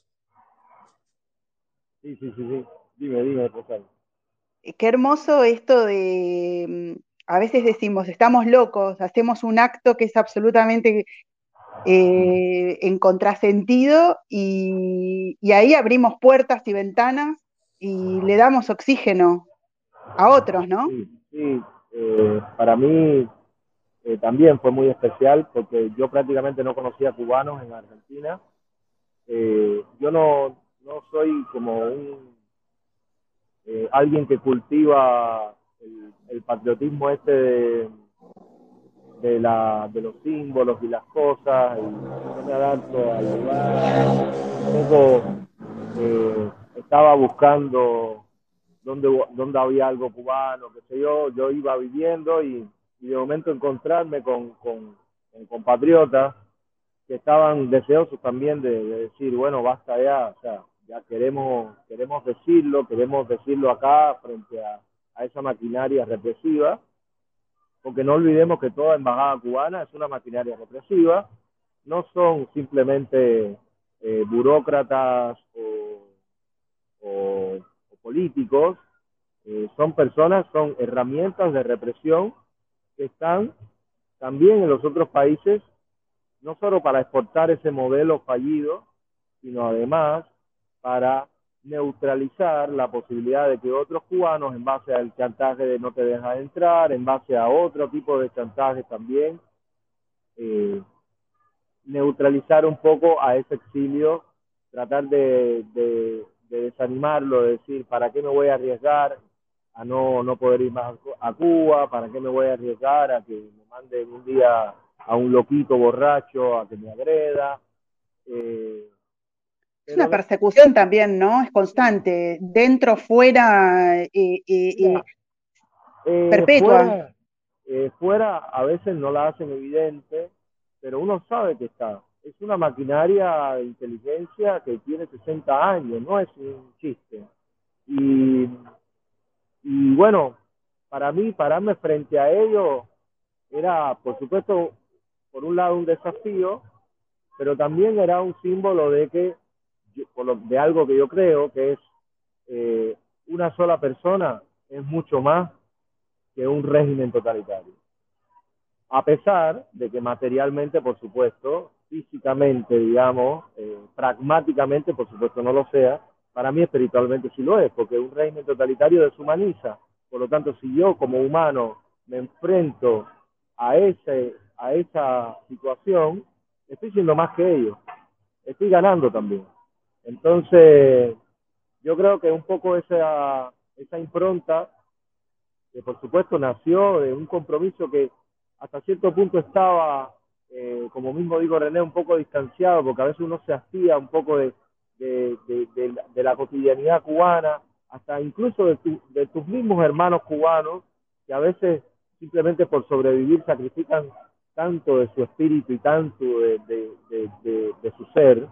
[SPEAKER 2] sí, sí, sí, sí. Dime, dime, por favor.
[SPEAKER 1] eh, qué hermoso esto de, mm, a veces decimos, estamos locos, hacemos un acto que es absolutamente eh, en contrasentido y, y ahí abrimos puertas y ventanas y le damos oxígeno a otros, ¿no?
[SPEAKER 2] Sí, sí. Eh, para mí eh, también fue muy especial porque yo prácticamente no conocía cubanos en Argentina. Eh, yo no, no soy como un eh, alguien que cultiva el, el patriotismo este de, de, la, de los símbolos y las cosas, y yo me adapto al lugar, un poco eh, estaba buscando dónde, dónde había algo cubano, qué sé yo, yo iba viviendo y, y de momento encontrarme con, con, con compatriotas que estaban deseosos también de, de decir, bueno, basta ya, o sea, ya queremos, queremos decirlo, queremos decirlo acá frente a, a esa maquinaria represiva, porque no olvidemos que toda embajada cubana es una maquinaria represiva, no son simplemente eh, burócratas o, o, o políticos, eh, son personas, son herramientas de represión que están también en los otros países, no solo para exportar ese modelo fallido, sino además para neutralizar la posibilidad de que otros cubanos, en base al chantaje de no te dejas entrar, en base a otro tipo de chantaje también, eh, neutralizar un poco a ese exilio, tratar de, de, de desanimarlo, de decir, ¿para qué me voy a arriesgar a no, no poder ir más a Cuba? ¿Para qué me voy a arriesgar a que me manden un día a un loquito borracho a que me agreda? Eh,
[SPEAKER 1] Es
[SPEAKER 2] pero
[SPEAKER 1] una
[SPEAKER 2] la,
[SPEAKER 1] persecución también, ¿no? Es constante, dentro, fuera, eh, eh, eh,
[SPEAKER 2] mira, eh,
[SPEAKER 1] perpetua.
[SPEAKER 2] fuera, eh, fuera a veces no la hacen evidente, pero uno sabe que está. Es una maquinaria de inteligencia que tiene sesenta años, no es un chiste. Y, y bueno, para mí, pararme frente a ellos era, por supuesto, por un lado un desafío, pero también era un símbolo de que, por lo, de algo que yo creo, que es eh, una sola persona es mucho más que un régimen totalitario. A pesar de que materialmente, por supuesto, físicamente, digamos, eh, pragmáticamente, por supuesto, no lo sea, para mí espiritualmente sí lo es, porque un régimen totalitario deshumaniza. Por lo tanto, si yo como humano me enfrento a, ese, a esa situación, estoy siendo más que ellos, estoy ganando también. Entonces, yo creo que un poco esa, esa impronta que por supuesto nació de un compromiso que hasta cierto punto estaba eh, como mismo digo René, un poco distanciado, porque a veces uno se hacía un poco de, de, de, de, de la cotidianidad cubana, hasta incluso de, tu, de tus mismos hermanos cubanos, que a veces simplemente por sobrevivir sacrifican tanto de su espíritu y tanto de, de, de, de, de su ser,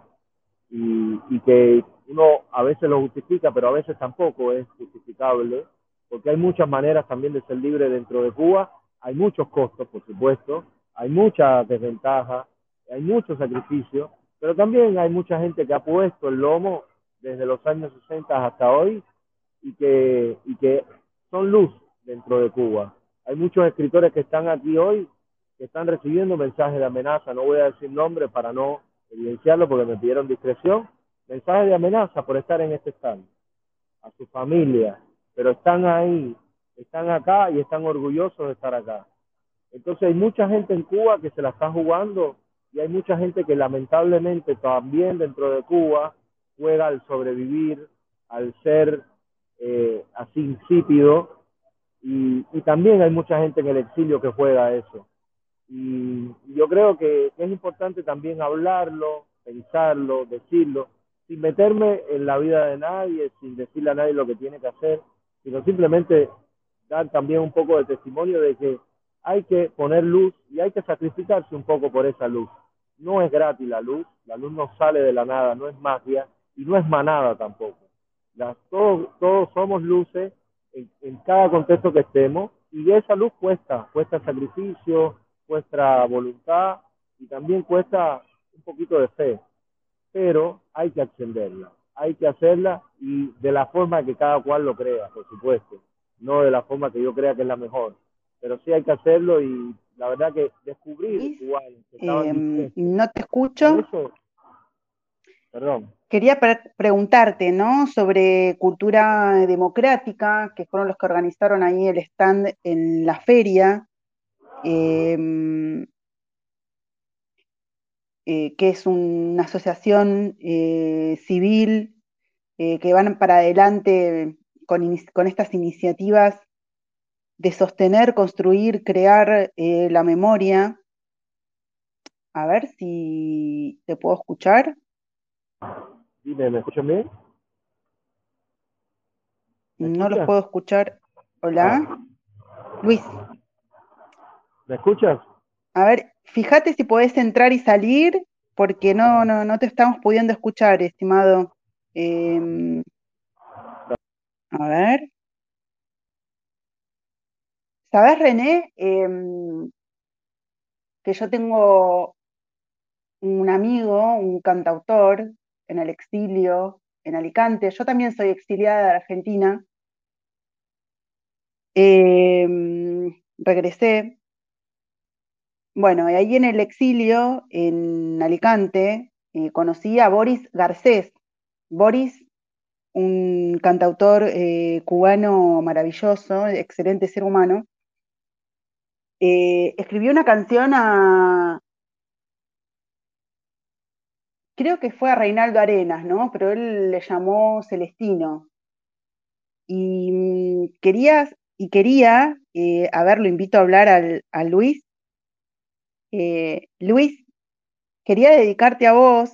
[SPEAKER 2] y, y que uno a veces lo justifica, pero a veces tampoco es justificable, porque hay muchas maneras también de ser libre dentro de Cuba, hay muchos costos, por supuesto, hay muchas desventajas, hay mucho sacrificio, pero también hay mucha gente que ha puesto el lomo desde los años sesenta hasta hoy y que, y que son luz dentro de Cuba. Hay muchos escritores que están aquí hoy que están recibiendo mensajes de amenaza, no voy a decir nombres para no evidenciarlo porque me pidieron discreción, mensajes de amenaza por estar en este estado, a su familia, pero están ahí, están acá y están orgullosos de estar acá. Entonces hay mucha gente en Cuba que se la está jugando y hay mucha gente que lamentablemente también dentro de Cuba juega al sobrevivir, al ser eh, así insípido, y, y también hay mucha gente en el exilio que juega a eso. Y yo creo que es importante también hablarlo, pensarlo, decirlo, sin meterme en la vida de nadie, sin decirle a nadie lo que tiene que hacer, sino simplemente dar también un poco de testimonio de que hay que poner luz y hay que sacrificarse un poco por esa luz. No es gratis la luz, la luz no sale de la nada, no es magia y no es manada tampoco. Las, todos, todos somos luces en, en cada contexto que estemos y esa luz cuesta, cuesta sacrificio, cuesta voluntad y también cuesta un poquito de fe, pero hay que ascenderla, hay que hacerla y de la forma que cada cual lo crea, por supuesto, no de la forma que yo crea que es la mejor, pero sí hay que hacerlo y la verdad que descubrir
[SPEAKER 1] Luis,
[SPEAKER 2] cubanos que estaban
[SPEAKER 1] eh,
[SPEAKER 2] dispuestos
[SPEAKER 1] no te
[SPEAKER 2] y
[SPEAKER 1] escucho.
[SPEAKER 2] eso, perdón.
[SPEAKER 1] Quería pre- preguntarte, ¿no? Sobre cultura democrática, que fueron los que organizaron ahí el stand en la feria, eh, eh, que es una asociación eh, civil eh, que van para adelante con, ini- con estas iniciativas de sostener, construir, crear eh, la memoria. A ver si te puedo escuchar.
[SPEAKER 2] Dime, ¿me escuchan bien? ¿Me
[SPEAKER 1] No los
[SPEAKER 2] escuchas?
[SPEAKER 1] puedo escuchar. Hola,
[SPEAKER 2] Ah,
[SPEAKER 1] Luis.
[SPEAKER 2] ¿me escuchas?
[SPEAKER 1] A ver, fíjate si podés entrar y salir, porque no, no, no te estamos pudiendo escuchar, estimado. Em, a ver. ¿Sabés, René? Em, que yo tengo un amigo, un cantautor en el exilio, en Alicante. Yo también soy exiliada de Argentina. Em, regresé. Bueno, y ahí en el exilio, en Alicante, eh, conocí a Boris Garcés. Boris, un cantautor eh, cubano maravilloso, excelente ser humano, eh, escribió una canción a, creo que fue a Reinaldo Arenas, ¿no? Pero él le llamó Celestino. Y mm, querías, y quería, eh, a ver, lo invito a hablar al, a Luis. Eh, Luis, quería dedicarte a vos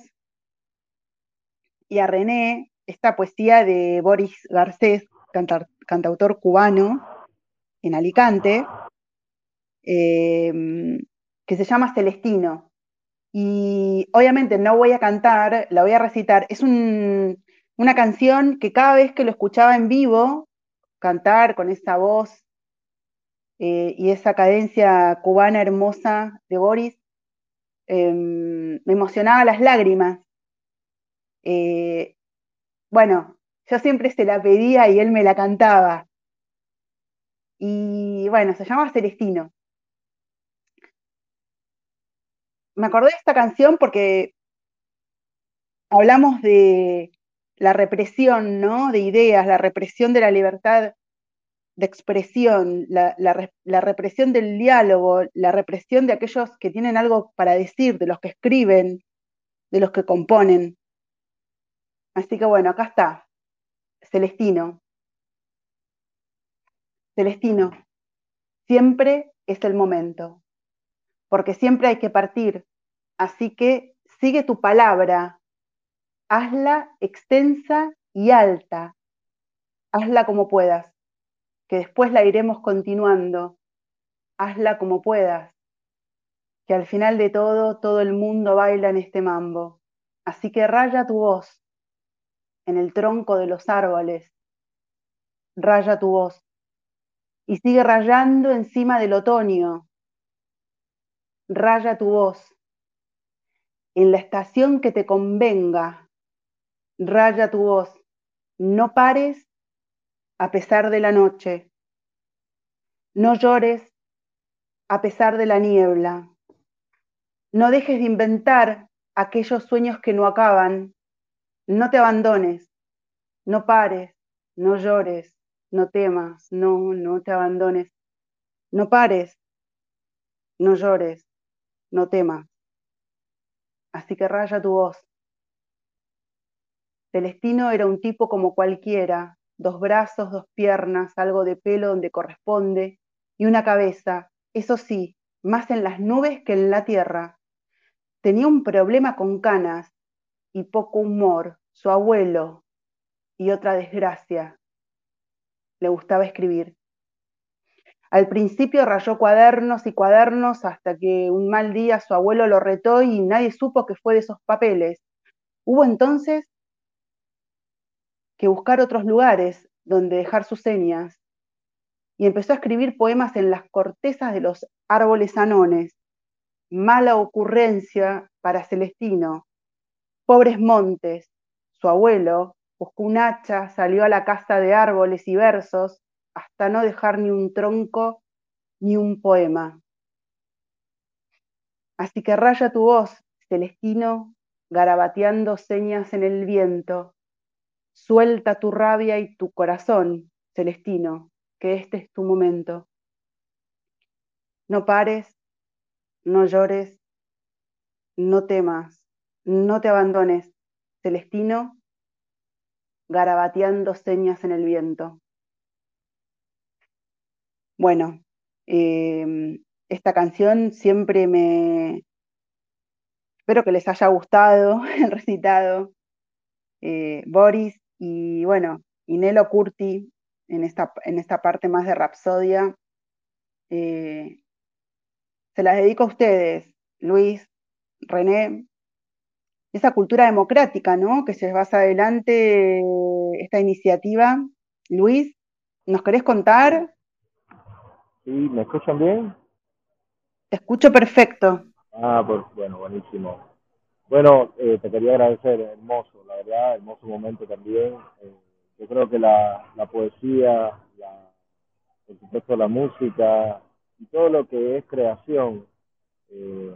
[SPEAKER 1] y a René esta poesía de Boris Garcés, cantar- cantautor cubano en Alicante, eh, que se llama Celestino. Y obviamente no voy a cantar, la voy a recitar. Es un, una canción que cada vez que lo escuchaba en vivo, cantar con esa voz eh, y esa cadencia cubana hermosa de Boris, eh, me emocionaba las lágrimas. Eh, bueno, yo siempre se la pedía y él me la cantaba. Y bueno, se llama Celestino. Me acordé de esta canción porque hablamos de la represión, ¿no? De ideas, la represión de la libertad de expresión, la, la, la, represión del diálogo, la represión de aquellos que tienen algo para decir, de los que escriben, de los que componen. Así que bueno, acá está, Celestino. Celestino, siempre es el momento. porque siempre hay que partir. Así que sigue tu palabra, hazla extensa y alta, hazla como puedas, que después la iremos continuando, hazla como puedas, que al final de todo, todo el mundo baila en este mambo. Así que raya tu voz en el tronco de los árboles, raya tu voz, y sigue rayando encima del otoño, raya tu voz, en la estación que te convenga, raya tu voz, no pares a pesar de la noche, no llores a pesar de la niebla, no dejes de inventar aquellos sueños que no acaban, no te abandones, no pares, no llores, no temas, no, no te abandones, no pares, no llores, no temas. Así que raya tu voz. Celestino era un tipo como cualquiera, dos brazos, dos piernas, algo de pelo donde corresponde, y una cabeza, eso sí, más en las nubes que en la tierra. Tenía un problema con canas y poco humor, su abuelo, y otra desgracia. Le gustaba escribir. Al principio rayó cuadernos y cuadernos hasta que un mal día su abuelo lo retó y nadie supo qué fue de esos papeles. Hubo entonces que buscar otros lugares donde dejar sus señas y empezó a escribir poemas en las cortezas de los árboles anones. Mala ocurrencia para Celestino. Pobres montes. Su abuelo buscó un hacha, salió a la caza de árboles y versos hasta no dejar ni un tronco ni un poema. Así que raya tu voz, Celestino, garabateando señas en el viento. Suelta tu rabia y tu corazón, Celestino, que este es tu momento. No pares, no llores, no temas, no te abandones, Celestino, garabateando señas en el viento. Bueno, eh, esta canción siempre me... Espero que les haya gustado el recitado. Eh, Boris y bueno, y Nelo Curti en esta, en esta parte más de Rapsodia. Eh, se las dedico a ustedes, Luis, René, esa cultura democrática, ¿no? Que se basa adelante esta iniciativa. Luis, ¿nos querés contar?
[SPEAKER 2] Sí, ¿me escuchan bien?
[SPEAKER 1] Te escucho perfecto.
[SPEAKER 2] Ah, pues bueno, buenísimo. Bueno, eh, te quería agradecer, hermoso, la verdad, hermoso momento también. Eh, yo creo que la, la poesía, la, por supuesto la música y todo lo que es creación eh,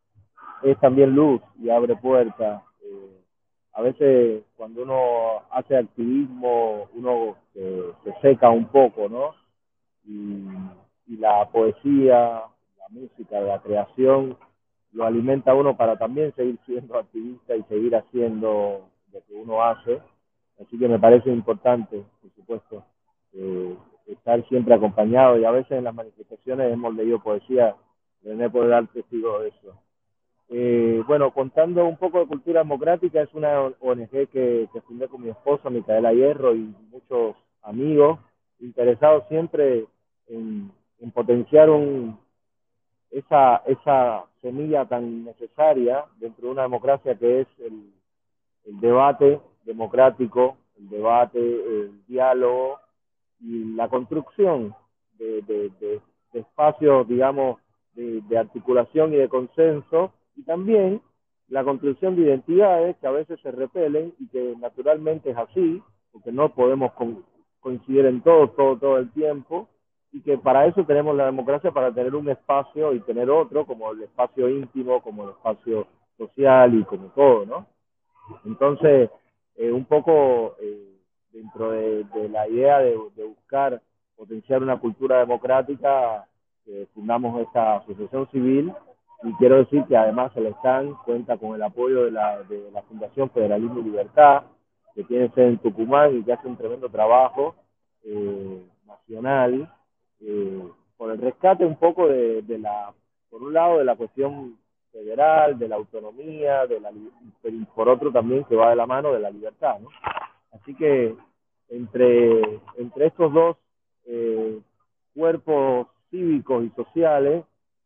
[SPEAKER 2] es también luz y abre puertas. Eh, a veces cuando uno hace activismo, uno eh, se seca un poco, ¿no? Y, y la poesía, la música, la creación lo alimenta a uno para también seguir siendo activista y seguir haciendo lo que uno hace. Así que me parece importante, por supuesto, eh, estar siempre acompañado y a veces en las manifestaciones hemos leído poesía, René puede dar testigo de eso. Eh, bueno, contando un poco de Cultura Democrática, es una O N G que, que fundé con mi esposa, Micaela Hierro, y muchos amigos interesados siempre en, en potenciar un, esa, esa semilla tan necesaria dentro de una democracia que es el, el debate democrático, el debate, el diálogo y la construcción de, de, de, de espacios, digamos, de, de articulación y de consenso, y también la construcción de identidades que a veces se repelen y que naturalmente es así, porque no podemos con, coincidir en todo, todo, todo el tiempo, y que para eso tenemos la democracia, para tener un espacio y tener otro, como el espacio íntimo, como el espacio social y como todo, ¿no? Entonces, eh, un poco eh, dentro de, de, la idea de, de buscar potenciar una cultura democrática, eh, fundamos esta asociación civil y quiero decir que además el stand cuenta con el apoyo de la, de la Fundación Federalismo y Libertad, que tiene sede en Tucumán y que hace un tremendo trabajo eh, nacional eh, por el rescate un poco de, de la por un lado de la cuestión federal, de la autonomía, de la, y por otro también que va de la mano de la libertad, ¿no? Así que entre, entre estos dos eh, cuerpos cívicos y sociales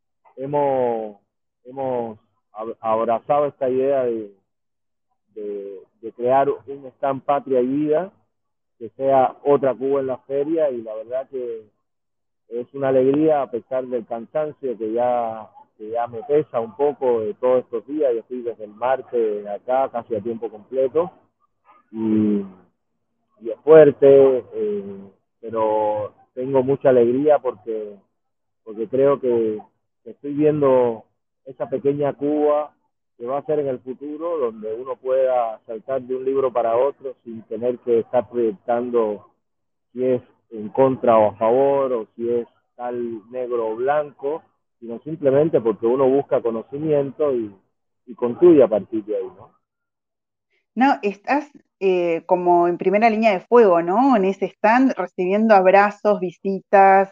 [SPEAKER 2] hemos, hemos abrazado esta idea de, de, de crear un stand Patria y Vida que sea otra Cuba en la feria, y la verdad que es una alegría a pesar del cansancio que ya, que ya me pesa un poco de todos estos días. Yo estoy desde el martes acá casi a tiempo completo y, y es fuerte, eh, pero tengo mucha alegría porque, porque creo que, que estoy viendo esa pequeña Cuba que va a ser en el futuro, donde uno pueda saltar de un libro para otro sin tener que estar proyectando si es en contra o a favor, o si es tal negro o blanco, sino simplemente porque uno busca conocimiento y, y construye a partir de ahí, ¿no?
[SPEAKER 1] No, estás eh, como en primera línea de fuego, ¿no? En ese stand recibiendo abrazos, visitas,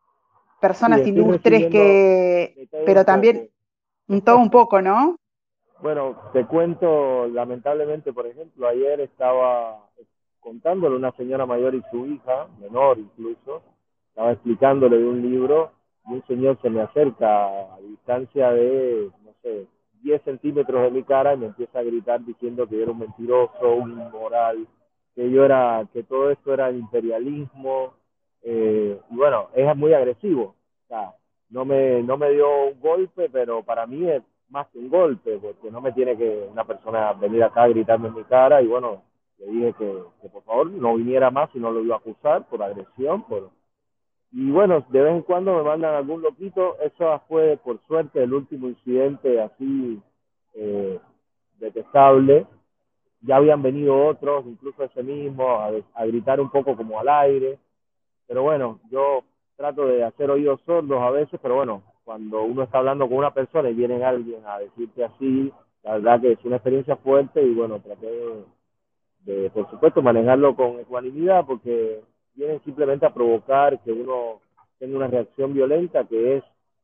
[SPEAKER 2] Sí,
[SPEAKER 1] personas
[SPEAKER 2] estoy
[SPEAKER 1] ilustres
[SPEAKER 2] recibiendo
[SPEAKER 1] que,
[SPEAKER 2] de todo
[SPEAKER 1] pero
[SPEAKER 2] un
[SPEAKER 1] también
[SPEAKER 2] poco.
[SPEAKER 1] un todo un poco, ¿no?
[SPEAKER 2] Bueno, te cuento, lamentablemente, por ejemplo, ayer estaba contándole a una señora mayor y su hija, menor incluso, estaba explicándole de un libro y un señor se me acerca a distancia de, no sé, diez centímetros de mi cara y me empieza a gritar diciendo que yo era un mentiroso, un inmoral, que yo era, que todo esto era imperialismo, eh, y bueno, es muy agresivo. O sea, no me, no me dio un golpe, pero para mí es más que un golpe, porque no me tiene que una persona venir acá a gritarme en mi cara, y bueno, le dije que, que por favor no viniera más y no lo iba a acusar por agresión, por... y bueno, de vez en cuando me mandan algún loquito. Eso fue por suerte el último incidente así eh, detestable. Ya habían venido otros, incluso ese mismo, a, a gritar un poco como al aire, pero bueno, yo trato de hacer oídos sordos a veces, pero bueno, cuando uno está hablando con una persona y viene alguien a decirte así, la verdad que es una experiencia fuerte, y bueno, traté de, de, por supuesto, manejarlo con ecuanimidad, porque vienen simplemente a provocar que uno tenga una reacción violenta, que es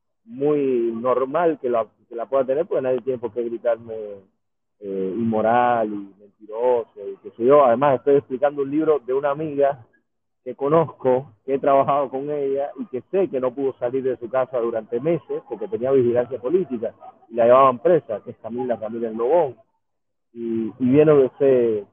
[SPEAKER 2] muy normal que la, que la pueda tener, porque nadie tiene por qué gritarme eh, inmoral y mentiroso y qué sé yo. Además, estoy explicando un libro de una amiga que conozco, que he trabajado con ella y que sé que no pudo salir de su casa durante meses porque tenía vigilancia política y la llevaban presa, que es Camila Camila el Lobón. Y, y viene ese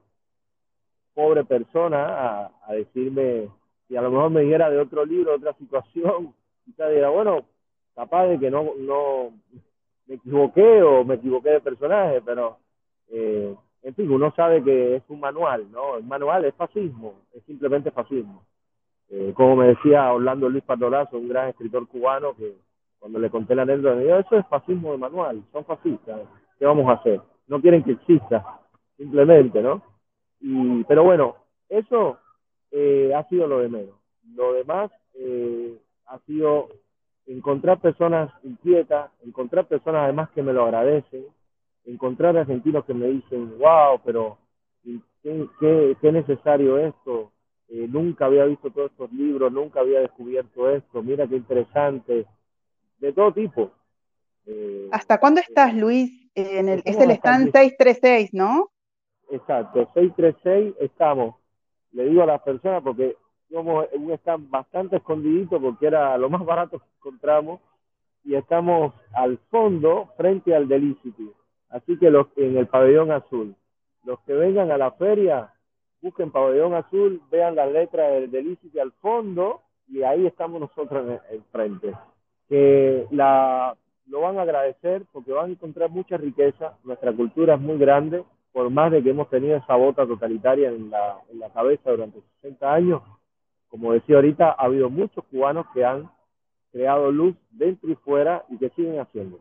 [SPEAKER 2] pobre persona a, a decirme, si a lo mejor me dijera de otro libro, de otra situación, quizás diría, bueno, capaz de que no, no me equivoqué o me equivoqué de personaje, pero eh, en fin, uno sabe que es un manual, ¿no? El manual es fascismo, es simplemente fascismo. Eh, como me decía Orlando Luis Pardolazo, un gran escritor cubano, que cuando le conté la anécdota me dijo, eso es fascismo de manual, son fascistas, ¿qué vamos a hacer? No quieren que exista, simplemente, ¿no? Y, pero bueno, eso eh, ha sido lo de menos. Lo demás eh, ha sido encontrar personas inquietas, encontrar personas además que me lo agradecen, encontrar argentinos que me dicen, wow, pero qué, qué, qué necesario esto, eh, nunca había visto todos estos libros, nunca había descubierto esto, mira qué interesante, de todo tipo. Eh,
[SPEAKER 1] ¿Hasta cuándo estás,
[SPEAKER 2] eh,
[SPEAKER 1] Luis? Eh, En el, es
[SPEAKER 2] estamos
[SPEAKER 1] el
[SPEAKER 2] hasta el
[SPEAKER 1] stand seiscientos treinta y seis, ¿no?
[SPEAKER 2] exacto, seiscientos treinta y seis estamos. Le digo a las personas porque somos un stand bastante escondidito porque era lo más barato que encontramos, y estamos al fondo frente al Delicity. Así que los en el pabellón azul, los que vengan a la feria, busquen pabellón azul, vean las letras del Delicity al fondo y ahí estamos nosotros en el frente. Que la, lo van a agradecer porque van a encontrar mucha riqueza. Nuestra cultura es muy grande, por más de que hemos tenido esa bota totalitaria en la, en la cabeza durante sesenta años. Como decía ahorita, ha habido muchos cubanos que han creado luz dentro y fuera y que siguen haciendo.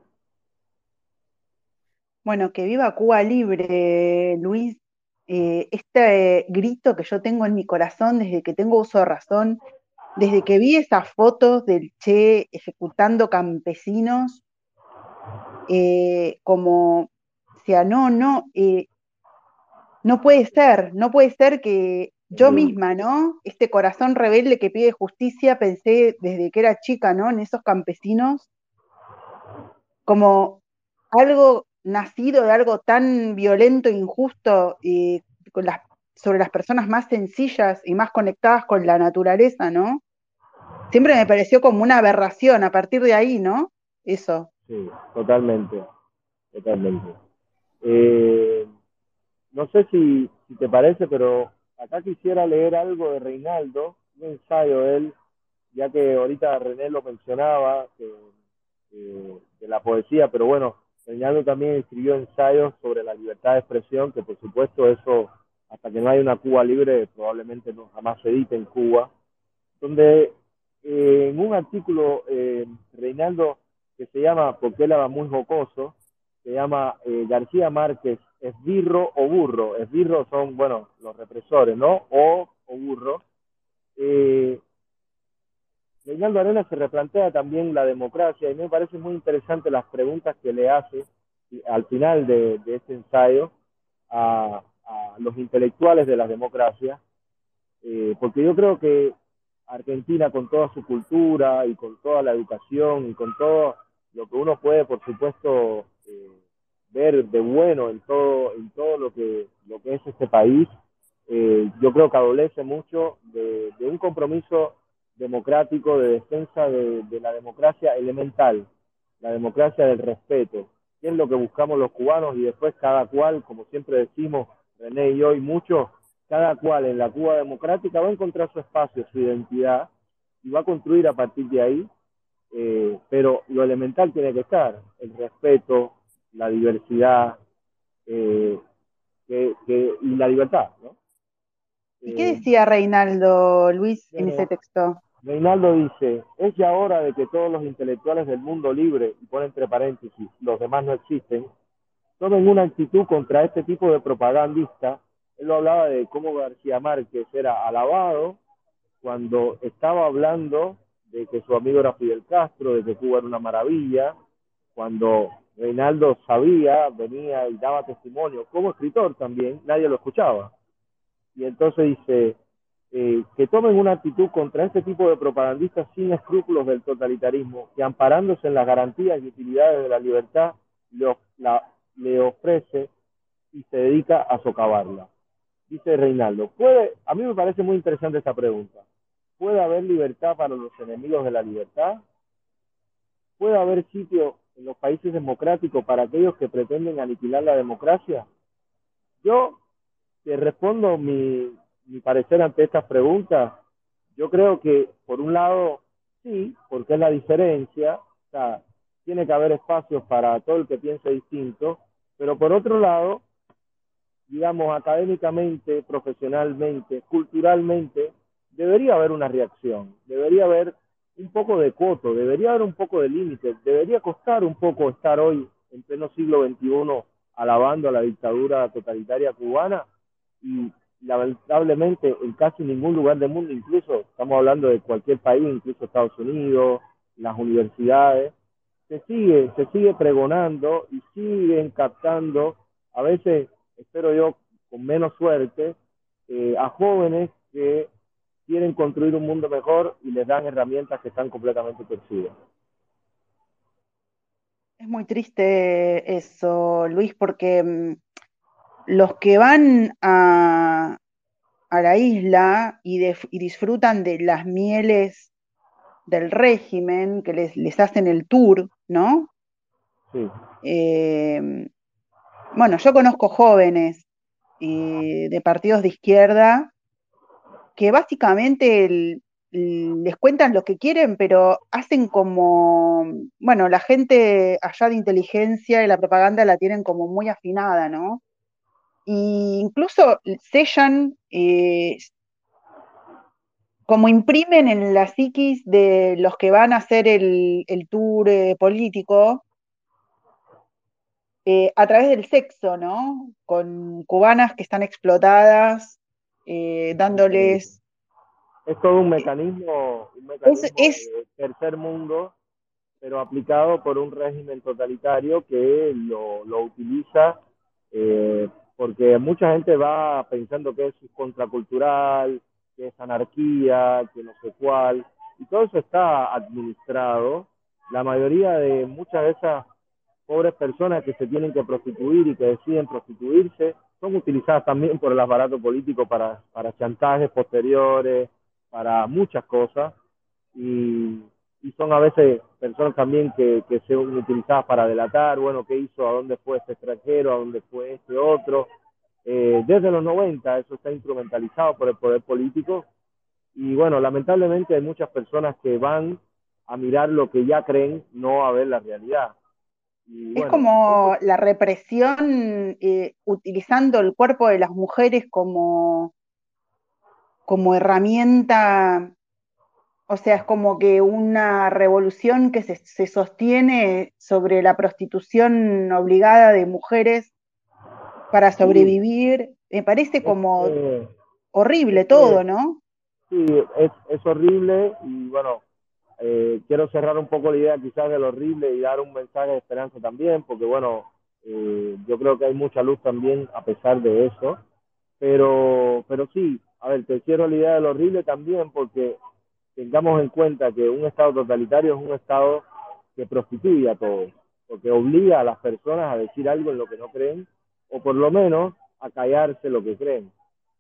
[SPEAKER 1] Bueno, que viva Cuba libre, Luis. Eh, este grito que yo tengo en mi corazón desde que tengo uso de razón, desde que vi esas fotos del Che ejecutando campesinos, eh, como, o sea, no, no, eh, no puede ser, no puede ser que yo
[SPEAKER 2] Terrible.
[SPEAKER 1] misma, ¿no? Este corazón rebelde que pide justicia, pensé desde que era chica, ¿no? En esos campesinos como algo nacido de algo tan violento e injusto y con las, sobre las personas más sencillas y más conectadas con la naturaleza, ¿no? Siempre me pareció como una aberración a partir de ahí, ¿no? Eso.
[SPEAKER 2] Sí, totalmente, totalmente. Eh, no sé si, si te parece, pero acá quisiera leer algo de Reinaldo, un ensayo de él, ya que ahorita René lo mencionaba, que, que, de la poesía, pero bueno, Reinaldo también escribió ensayos sobre la libertad de expresión, que por supuesto eso, hasta que no haya una Cuba libre, probablemente no jamás se edite en Cuba, donde eh, en un artículo, eh, Reinaldo, que se llama, porque él era muy jocoso, se llama eh, García Márquez, esbirro o burro. Esbirro son, bueno, los represores, ¿no? O, o burro. Eh, Reinaldo Arenas se replantea también la democracia y me parece muy interesante las preguntas que le hace al final de, de este ensayo a, a los intelectuales de la democracia, eh, porque yo creo que Argentina, con toda su cultura y con toda la educación y con todo lo que uno puede, por supuesto, eh, ver de bueno en todo, en todo lo que, lo que es este país, eh, yo creo que adolece mucho de, de un compromiso democrático, de defensa de, de la democracia elemental, la democracia del respeto, que es lo que buscamos los cubanos y después cada cual, como siempre decimos, René y yo y muchos, cada cual en la Cuba democrática va a encontrar su espacio, su identidad y va a construir a partir de ahí, eh, pero lo elemental tiene que estar, el respeto, la diversidad eh, que, que, y la libertad, ¿no?
[SPEAKER 1] ¿Y qué
[SPEAKER 2] Eh,
[SPEAKER 1] decía Reinaldo, Luis, en ese
[SPEAKER 2] bueno,
[SPEAKER 1] texto?
[SPEAKER 2] Reinaldo dice, es ya hora de que todos los intelectuales del mundo libre, y pone entre paréntesis, los demás no existen, tomen una actitud contra este tipo de propagandista. Él lo hablaba de cómo García Márquez era alabado cuando estaba hablando de que su amigo era Fidel Castro, de que Cuba era una maravilla, cuando Reinaldo sabía, venía y daba testimonio, como escritor también, nadie lo escuchaba. Y entonces dice, eh, que tomen una actitud contra este tipo de propagandistas sin escrúpulos del totalitarismo, que amparándose en las garantías y utilidades de la libertad, le, la, le ofrece y se dedica a socavarla. Dice Reinaldo, ¿puede, a mí me parece muy interesante esta pregunta, ¿puede haber libertad para los enemigos de la libertad? ¿Puede haber sitio en los países democráticos para aquellos que pretenden aniquilar la democracia? Yo te respondo mi, mi parecer ante estas preguntas. Yo creo que, por un lado, sí, porque es la diferencia, o sea, tiene que haber espacios para todo el que piense distinto, pero por otro lado, digamos, académicamente, profesionalmente, culturalmente, debería haber una reacción, debería haber un poco de coto, debería haber un poco de límite, debería costar un poco estar hoy, en pleno siglo veintiuno, alabando a la dictadura totalitaria cubana y lamentablemente en casi ningún lugar del mundo, incluso estamos hablando de cualquier país, incluso Estados Unidos, las universidades, se sigue, se sigue pregonando y siguen captando, a veces, espero yo, con menos suerte, eh, a jóvenes que quieren construir un mundo mejor y les dan herramientas que están completamente torcidas.
[SPEAKER 1] Es muy triste eso, Luis, porque mm, los que van a, a la isla y, de- y disfrutan de las mieles del régimen, que les, les hacen el tour, ¿no?
[SPEAKER 2] Sí,
[SPEAKER 1] Eh, bueno, yo conozco jóvenes eh, de partidos de izquierda que básicamente el- les cuentan lo que quieren, pero hacen como, bueno, la gente allá de inteligencia y la propaganda la tienen como muy afinada, ¿no? Y incluso sellan, eh, como imprimen en la psiquis de los que van a hacer el, el tour eh, político, eh, a través del sexo, ¿no? Con cubanas que están explotadas, eh, dándoles...
[SPEAKER 2] es todo un mecanismo, un
[SPEAKER 1] Es,
[SPEAKER 2] mecanismo
[SPEAKER 1] es,
[SPEAKER 2] de tercer mundo, pero aplicado por un régimen totalitario que lo, lo utiliza, eh, porque mucha gente va pensando que es contracultural, que es anarquía, que no sé cuál, y todo eso está administrado. La mayoría de muchas de esas pobres personas que se tienen que prostituir y que deciden prostituirse, son utilizadas también por el aparato político para, para chantajes posteriores, para muchas cosas, y, y son a veces personas también que, que son utilizadas para delatar, bueno, qué hizo, a dónde fue este extranjero, a dónde fue este otro. Eh, desde los noventa eso está instrumentalizado por el poder político y bueno, lamentablemente hay muchas personas que van a mirar lo que ya creen, no a ver la realidad. Y
[SPEAKER 1] Es
[SPEAKER 2] bueno,
[SPEAKER 1] como
[SPEAKER 2] esto,
[SPEAKER 1] la represión eh, utilizando el cuerpo de las mujeres como, como herramienta, o sea, es como que una revolución que se, se sostiene sobre la prostitución obligada de mujeres para
[SPEAKER 2] sí,
[SPEAKER 1] sobrevivir. Me parece
[SPEAKER 2] es
[SPEAKER 1] como
[SPEAKER 2] que, es
[SPEAKER 1] horrible todo,
[SPEAKER 2] que
[SPEAKER 1] ¿no?
[SPEAKER 2] sí, es, es horrible y bueno, eh, quiero cerrar un poco la idea quizás de lo horrible y dar un mensaje de esperanza también, porque bueno, eh, yo creo que hay mucha luz también a pesar de eso, pero, pero sí, a ver, te cierro la idea de lo horrible también porque tengamos en cuenta que un Estado totalitario es un Estado que prostituye a todos, porque obliga a las personas a decir algo en lo que no creen, o por lo menos a callarse lo que creen.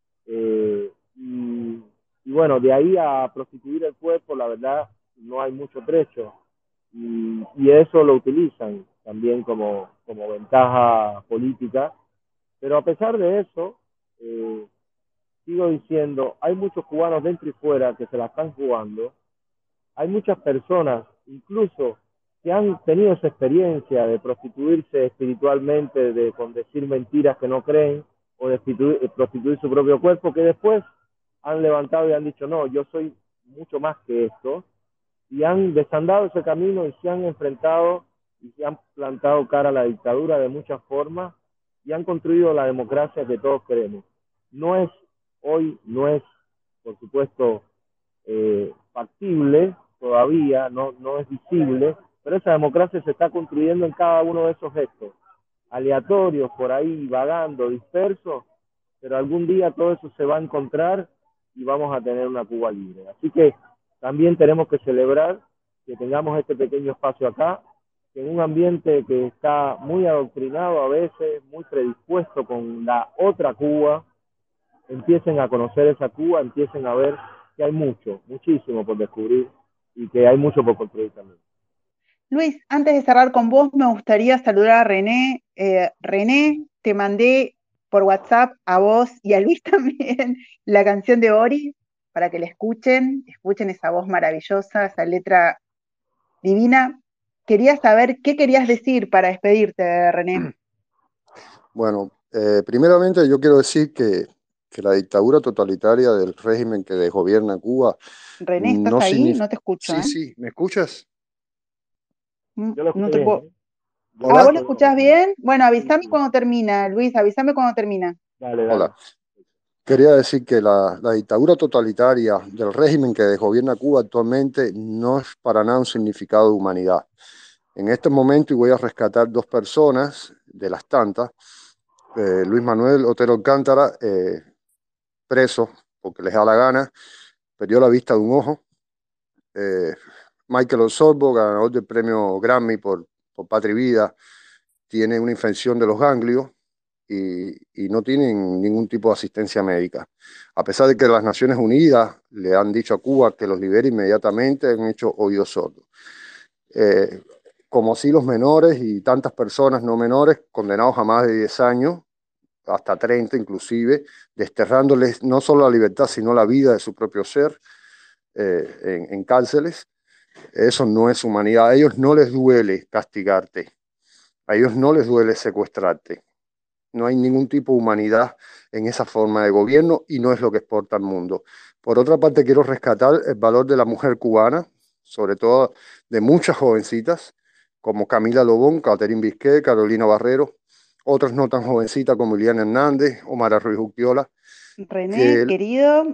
[SPEAKER 2] Eh, y, y bueno, de ahí a prostituir el cuerpo, la verdad, no hay mucho trecho. Y, y eso lo utilizan también como, como ventaja política. Pero a pesar de eso, eh, sigo diciendo, hay muchos cubanos dentro y fuera que se la están jugando. Hay muchas personas, incluso, que han tenido esa experiencia de prostituirse espiritualmente, de con decir mentiras que no creen, o de prostituir, prostituir su propio cuerpo, que después han levantado y han dicho, no, yo soy mucho más que esto, y han desandado ese camino y se han enfrentado y se han plantado cara a la dictadura de muchas formas y han construido la democracia que todos queremos. No es hoy, no es, por supuesto, eh, factible todavía, no, no es visible, pero esa democracia se está construyendo en cada uno de esos gestos, aleatorios, por ahí, vagando, dispersos, pero algún día todo eso se va a encontrar y vamos a tener una Cuba libre. Así que también tenemos que celebrar que tengamos este pequeño espacio acá, que en un ambiente que está muy adoctrinado a veces, muy predispuesto con la otra Cuba, empiecen a conocer esa Cuba, empiecen a ver que hay mucho, muchísimo por descubrir y que hay mucho por construir también.
[SPEAKER 1] Luis, antes de cerrar con vos, me gustaría saludar a René. Eh, René, te mandé por WhatsApp a vos y a Luis también la canción de Ori para que la escuchen, escuchen esa voz maravillosa, esa letra divina. Quería saber qué querías decir para despedirte, René.
[SPEAKER 3] Bueno, eh, primeramente yo quiero decir que, que la dictadura totalitaria del régimen que gobierna Cuba
[SPEAKER 1] René, ¿estás
[SPEAKER 3] no
[SPEAKER 1] ahí?
[SPEAKER 3] significa...
[SPEAKER 1] No te escucho,
[SPEAKER 3] Sí,
[SPEAKER 1] ¿eh?
[SPEAKER 3] sí, ¿me escuchas?
[SPEAKER 1] Mm,
[SPEAKER 2] Yo lo
[SPEAKER 1] No
[SPEAKER 2] escuché
[SPEAKER 1] te
[SPEAKER 2] bien,
[SPEAKER 1] puedo.
[SPEAKER 2] ¿eh? Yo lo
[SPEAKER 1] Ah, ¿vos
[SPEAKER 3] Hola,
[SPEAKER 1] lo
[SPEAKER 2] escuché bien.
[SPEAKER 1] escuchás bien? Bueno,
[SPEAKER 2] Sí,
[SPEAKER 1] avísame
[SPEAKER 2] sí.
[SPEAKER 1] cuando termina, Luis, avísame cuando termina.
[SPEAKER 2] Dale, dale.
[SPEAKER 3] hola. Quería decir que la, la dictadura totalitaria del régimen que gobierna Cuba actualmente no es para nada un significado de humanidad. En este momento, y voy a rescatar dos personas de las tantas, eh, Luis Manuel Otero Alcántara, eh, preso porque les da la gana, perdió la vista de un ojo. Eh, Michael Osorbo, ganador del premio Grammy por, por Patria y Vida, tiene una infección de los ganglios y, y no tienen ningún tipo de asistencia médica. A pesar de que las Naciones Unidas le han dicho a Cuba que los libere inmediatamente, han hecho oídos sordos. Eh, como así los menores y tantas personas no menores condenados a más de diez años, hasta treinta inclusive, desterrándoles no solo la libertad, sino la vida de su propio ser eh, en, en cárceles. Eso no es humanidad. A ellos no les duele castigarte, a ellos no les duele secuestrarte. No hay ningún tipo de humanidad en esa forma de gobierno y no es lo que exporta al mundo. Por otra parte, quiero rescatar el valor de la mujer cubana, sobre todo de muchas jovencitas, como Camila Lobón, Catherine Bisquet, Carolina Barrero, otras no tan jovencitas como Liliana Hernández o Mara Ruiz Urquiola,
[SPEAKER 1] René,
[SPEAKER 3] que
[SPEAKER 1] querido,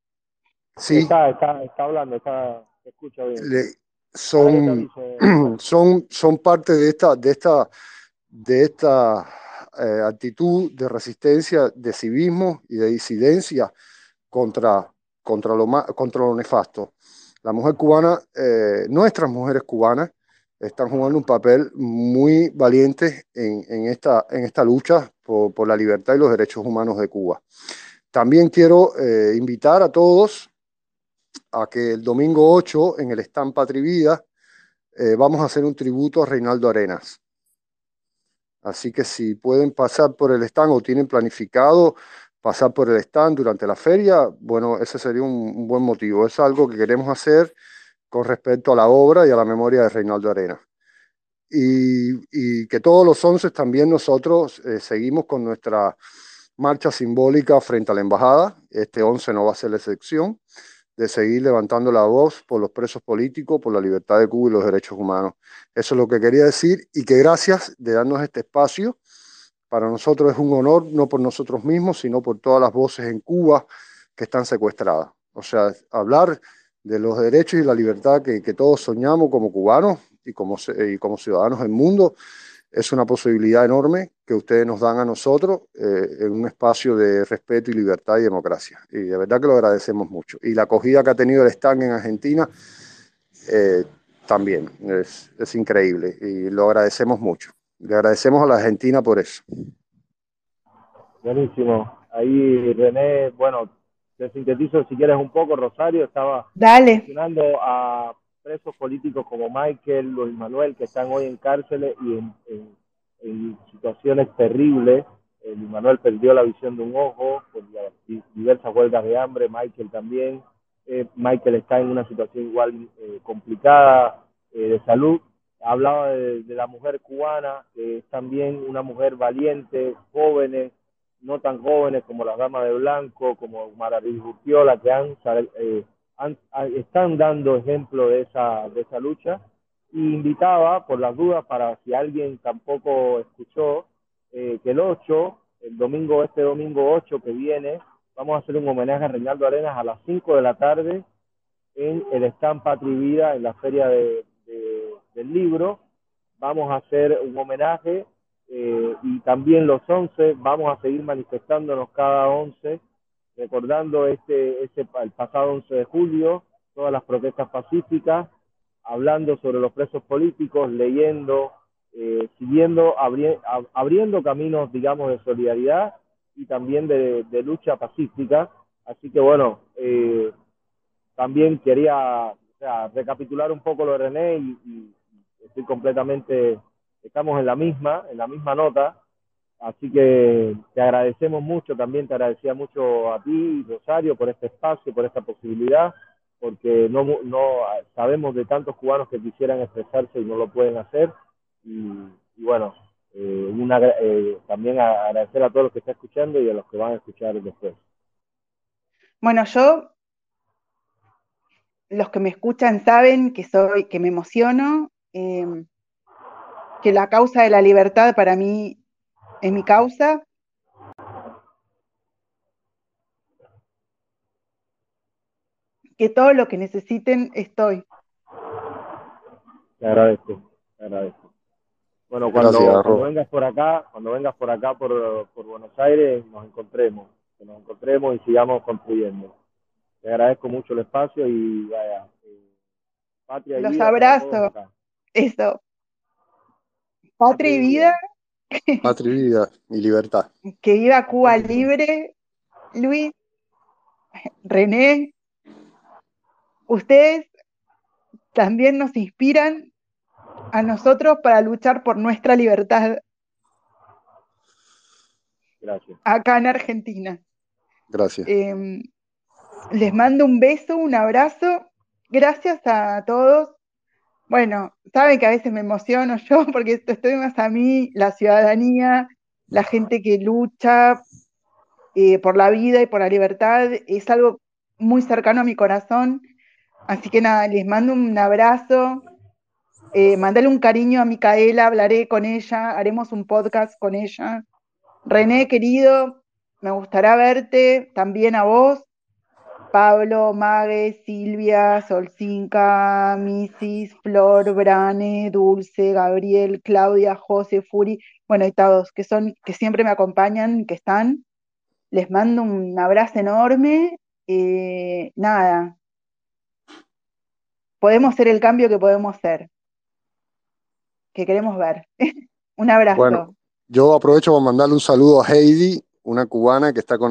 [SPEAKER 3] sí
[SPEAKER 2] Está, está, está hablando, está, se escucha bien, sí.
[SPEAKER 3] le,
[SPEAKER 2] Ahora yo te
[SPEAKER 3] son,
[SPEAKER 2] aviso, Rosario.
[SPEAKER 3] son, son parte de esta, de esta, de esta eh, actitud de resistencia, de civismo y de disidencia contra, contra, lo, contra lo nefasto. La mujer cubana, eh, nuestras mujeres cubanas, están jugando un papel muy valiente en, en, esta, en esta lucha por, por la libertad y los derechos humanos de Cuba. También quiero eh, invitar a todos a que el domingo ocho en el stand Patria y Vida eh, vamos a hacer un tributo a Reinaldo Arenas. Así que si pueden pasar por el stand o tienen planificado pasar por el stand durante la feria, bueno, ese sería un, un buen motivo. Es algo que queremos hacer con respecto a la obra y a la memoria de Reinaldo Arenas. Y, y que todos los once también nosotros eh, seguimos con nuestra marcha simbólica frente a la embajada. Este once no va a ser la excepción, de seguir levantando la voz por los presos políticos, por la libertad de Cuba y los derechos humanos. Eso es lo que quería decir, y que gracias de darnos este espacio. Para nosotros es un honor, no por nosotros mismos, sino por todas las voces en Cuba que están secuestradas. O sea, hablar de los derechos y la libertad que, que todos soñamos como cubanos y como, y como ciudadanos del mundo, es una posibilidad enorme que ustedes nos dan a nosotros eh, en un espacio de respeto y libertad y democracia. Y de verdad que lo agradecemos mucho. Y la acogida que ha tenido el stand en Argentina eh, también es, es increíble y lo agradecemos mucho. Le agradecemos a la Argentina por eso.
[SPEAKER 2] Buenísimo. Ahí, René, bueno, te sintetizo si quieres un poco. Rosario estaba
[SPEAKER 1] Dale.
[SPEAKER 2] mencionando a presos políticos como Michael, Luis Manuel, que están hoy en cárceles y en, en, en situaciones terribles. Eh, Luis Manuel perdió la visión de un ojo por diversas huelgas de hambre, Michael también. Eh, Michael está en una situación igual eh, complicada eh, de salud. Hablaba de, de la mujer cubana, que es también una mujer valiente, jóvenes, no tan jóvenes como las damas de blanco, como Maraví Urquiola, que han, eh, han, están dando ejemplo de esa, de esa lucha. Y invitaba, por las dudas, para si alguien tampoco escuchó, eh, que el ocho, el domingo, este domingo ocho que viene, vamos a hacer un homenaje a Reinaldo Arenas a las cinco de la tarde en el stand Patria y Vida, en la feria de, de, del libro. Vamos a hacer un homenaje eh, y también los once vamos a seguir manifestándonos cada once, recordando este, este el pasado once de julio, todas las protestas pacíficas, hablando sobre los presos políticos, leyendo, eh, siguiendo, abri abriendo caminos, digamos, de solidaridad y también de, de lucha pacífica. Así que bueno, eh, también quería, o sea, recapitular un poco lo de René y, y estoy completamente, estamos en la misma, en la misma nota, así que te agradecemos mucho, también te agradecía mucho a ti, Rosario, por este espacio, por esta posibilidad, porque no, no sabemos de tantos cubanos que quisieran expresarse y no lo pueden hacer, y, y bueno, eh, una, eh, también agradecer a todos los que están escuchando y a los que van a escuchar después.
[SPEAKER 1] Bueno, yo, los que me escuchan saben que soy, que me emociono, eh, que la causa de la libertad para mí es mi causa. Que todo lo que necesiten estoy.
[SPEAKER 2] Te agradezco, te agradezco. Bueno, cuando,
[SPEAKER 3] Gracias,
[SPEAKER 2] cuando
[SPEAKER 3] Ro.
[SPEAKER 2] vengas por acá, cuando vengas por acá por, por Buenos Aires, nos encontremos, que nos encontremos y sigamos construyendo. Te agradezco mucho el espacio y vaya, eh, patria y
[SPEAKER 1] Los
[SPEAKER 2] vida para todos
[SPEAKER 1] abrazo.
[SPEAKER 2] acá.
[SPEAKER 1] Eso. Patria
[SPEAKER 2] Patria
[SPEAKER 1] y
[SPEAKER 2] y vida.
[SPEAKER 1] vida.
[SPEAKER 3] Patria y vida y libertad.
[SPEAKER 1] Que viva Cuba
[SPEAKER 2] Así mismo.
[SPEAKER 1] libre. Luis, René, ustedes también nos inspiran a nosotros para luchar por nuestra libertad
[SPEAKER 2] Gracias.
[SPEAKER 1] acá en Argentina.
[SPEAKER 3] Gracias.
[SPEAKER 1] Eh, les mando un beso, un abrazo. Gracias a todos. Bueno, saben que a veces me emociono yo porque esto estoy más a mí, la ciudadanía, la gente que lucha eh, por la vida y por la libertad, es algo muy cercano a mi corazón. Así que nada, les mando un abrazo, eh, mandale un cariño a Micaela, hablaré con ella, haremos un podcast con ella. René, querido, me gustará verte, también a vos. Pablo, Mague, Silvia, Solcinca, Misis, Flor, Brane, Dulce, Gabriel, Claudia, José, Furi, bueno, y todos, que son, que siempre me acompañan, que están. Les mando un abrazo enorme. Eh, nada, podemos ser el cambio que podemos ser. que queremos ver. Un abrazo.
[SPEAKER 3] Bueno, yo aprovecho para mandarle un saludo a Heidi, una cubana que está con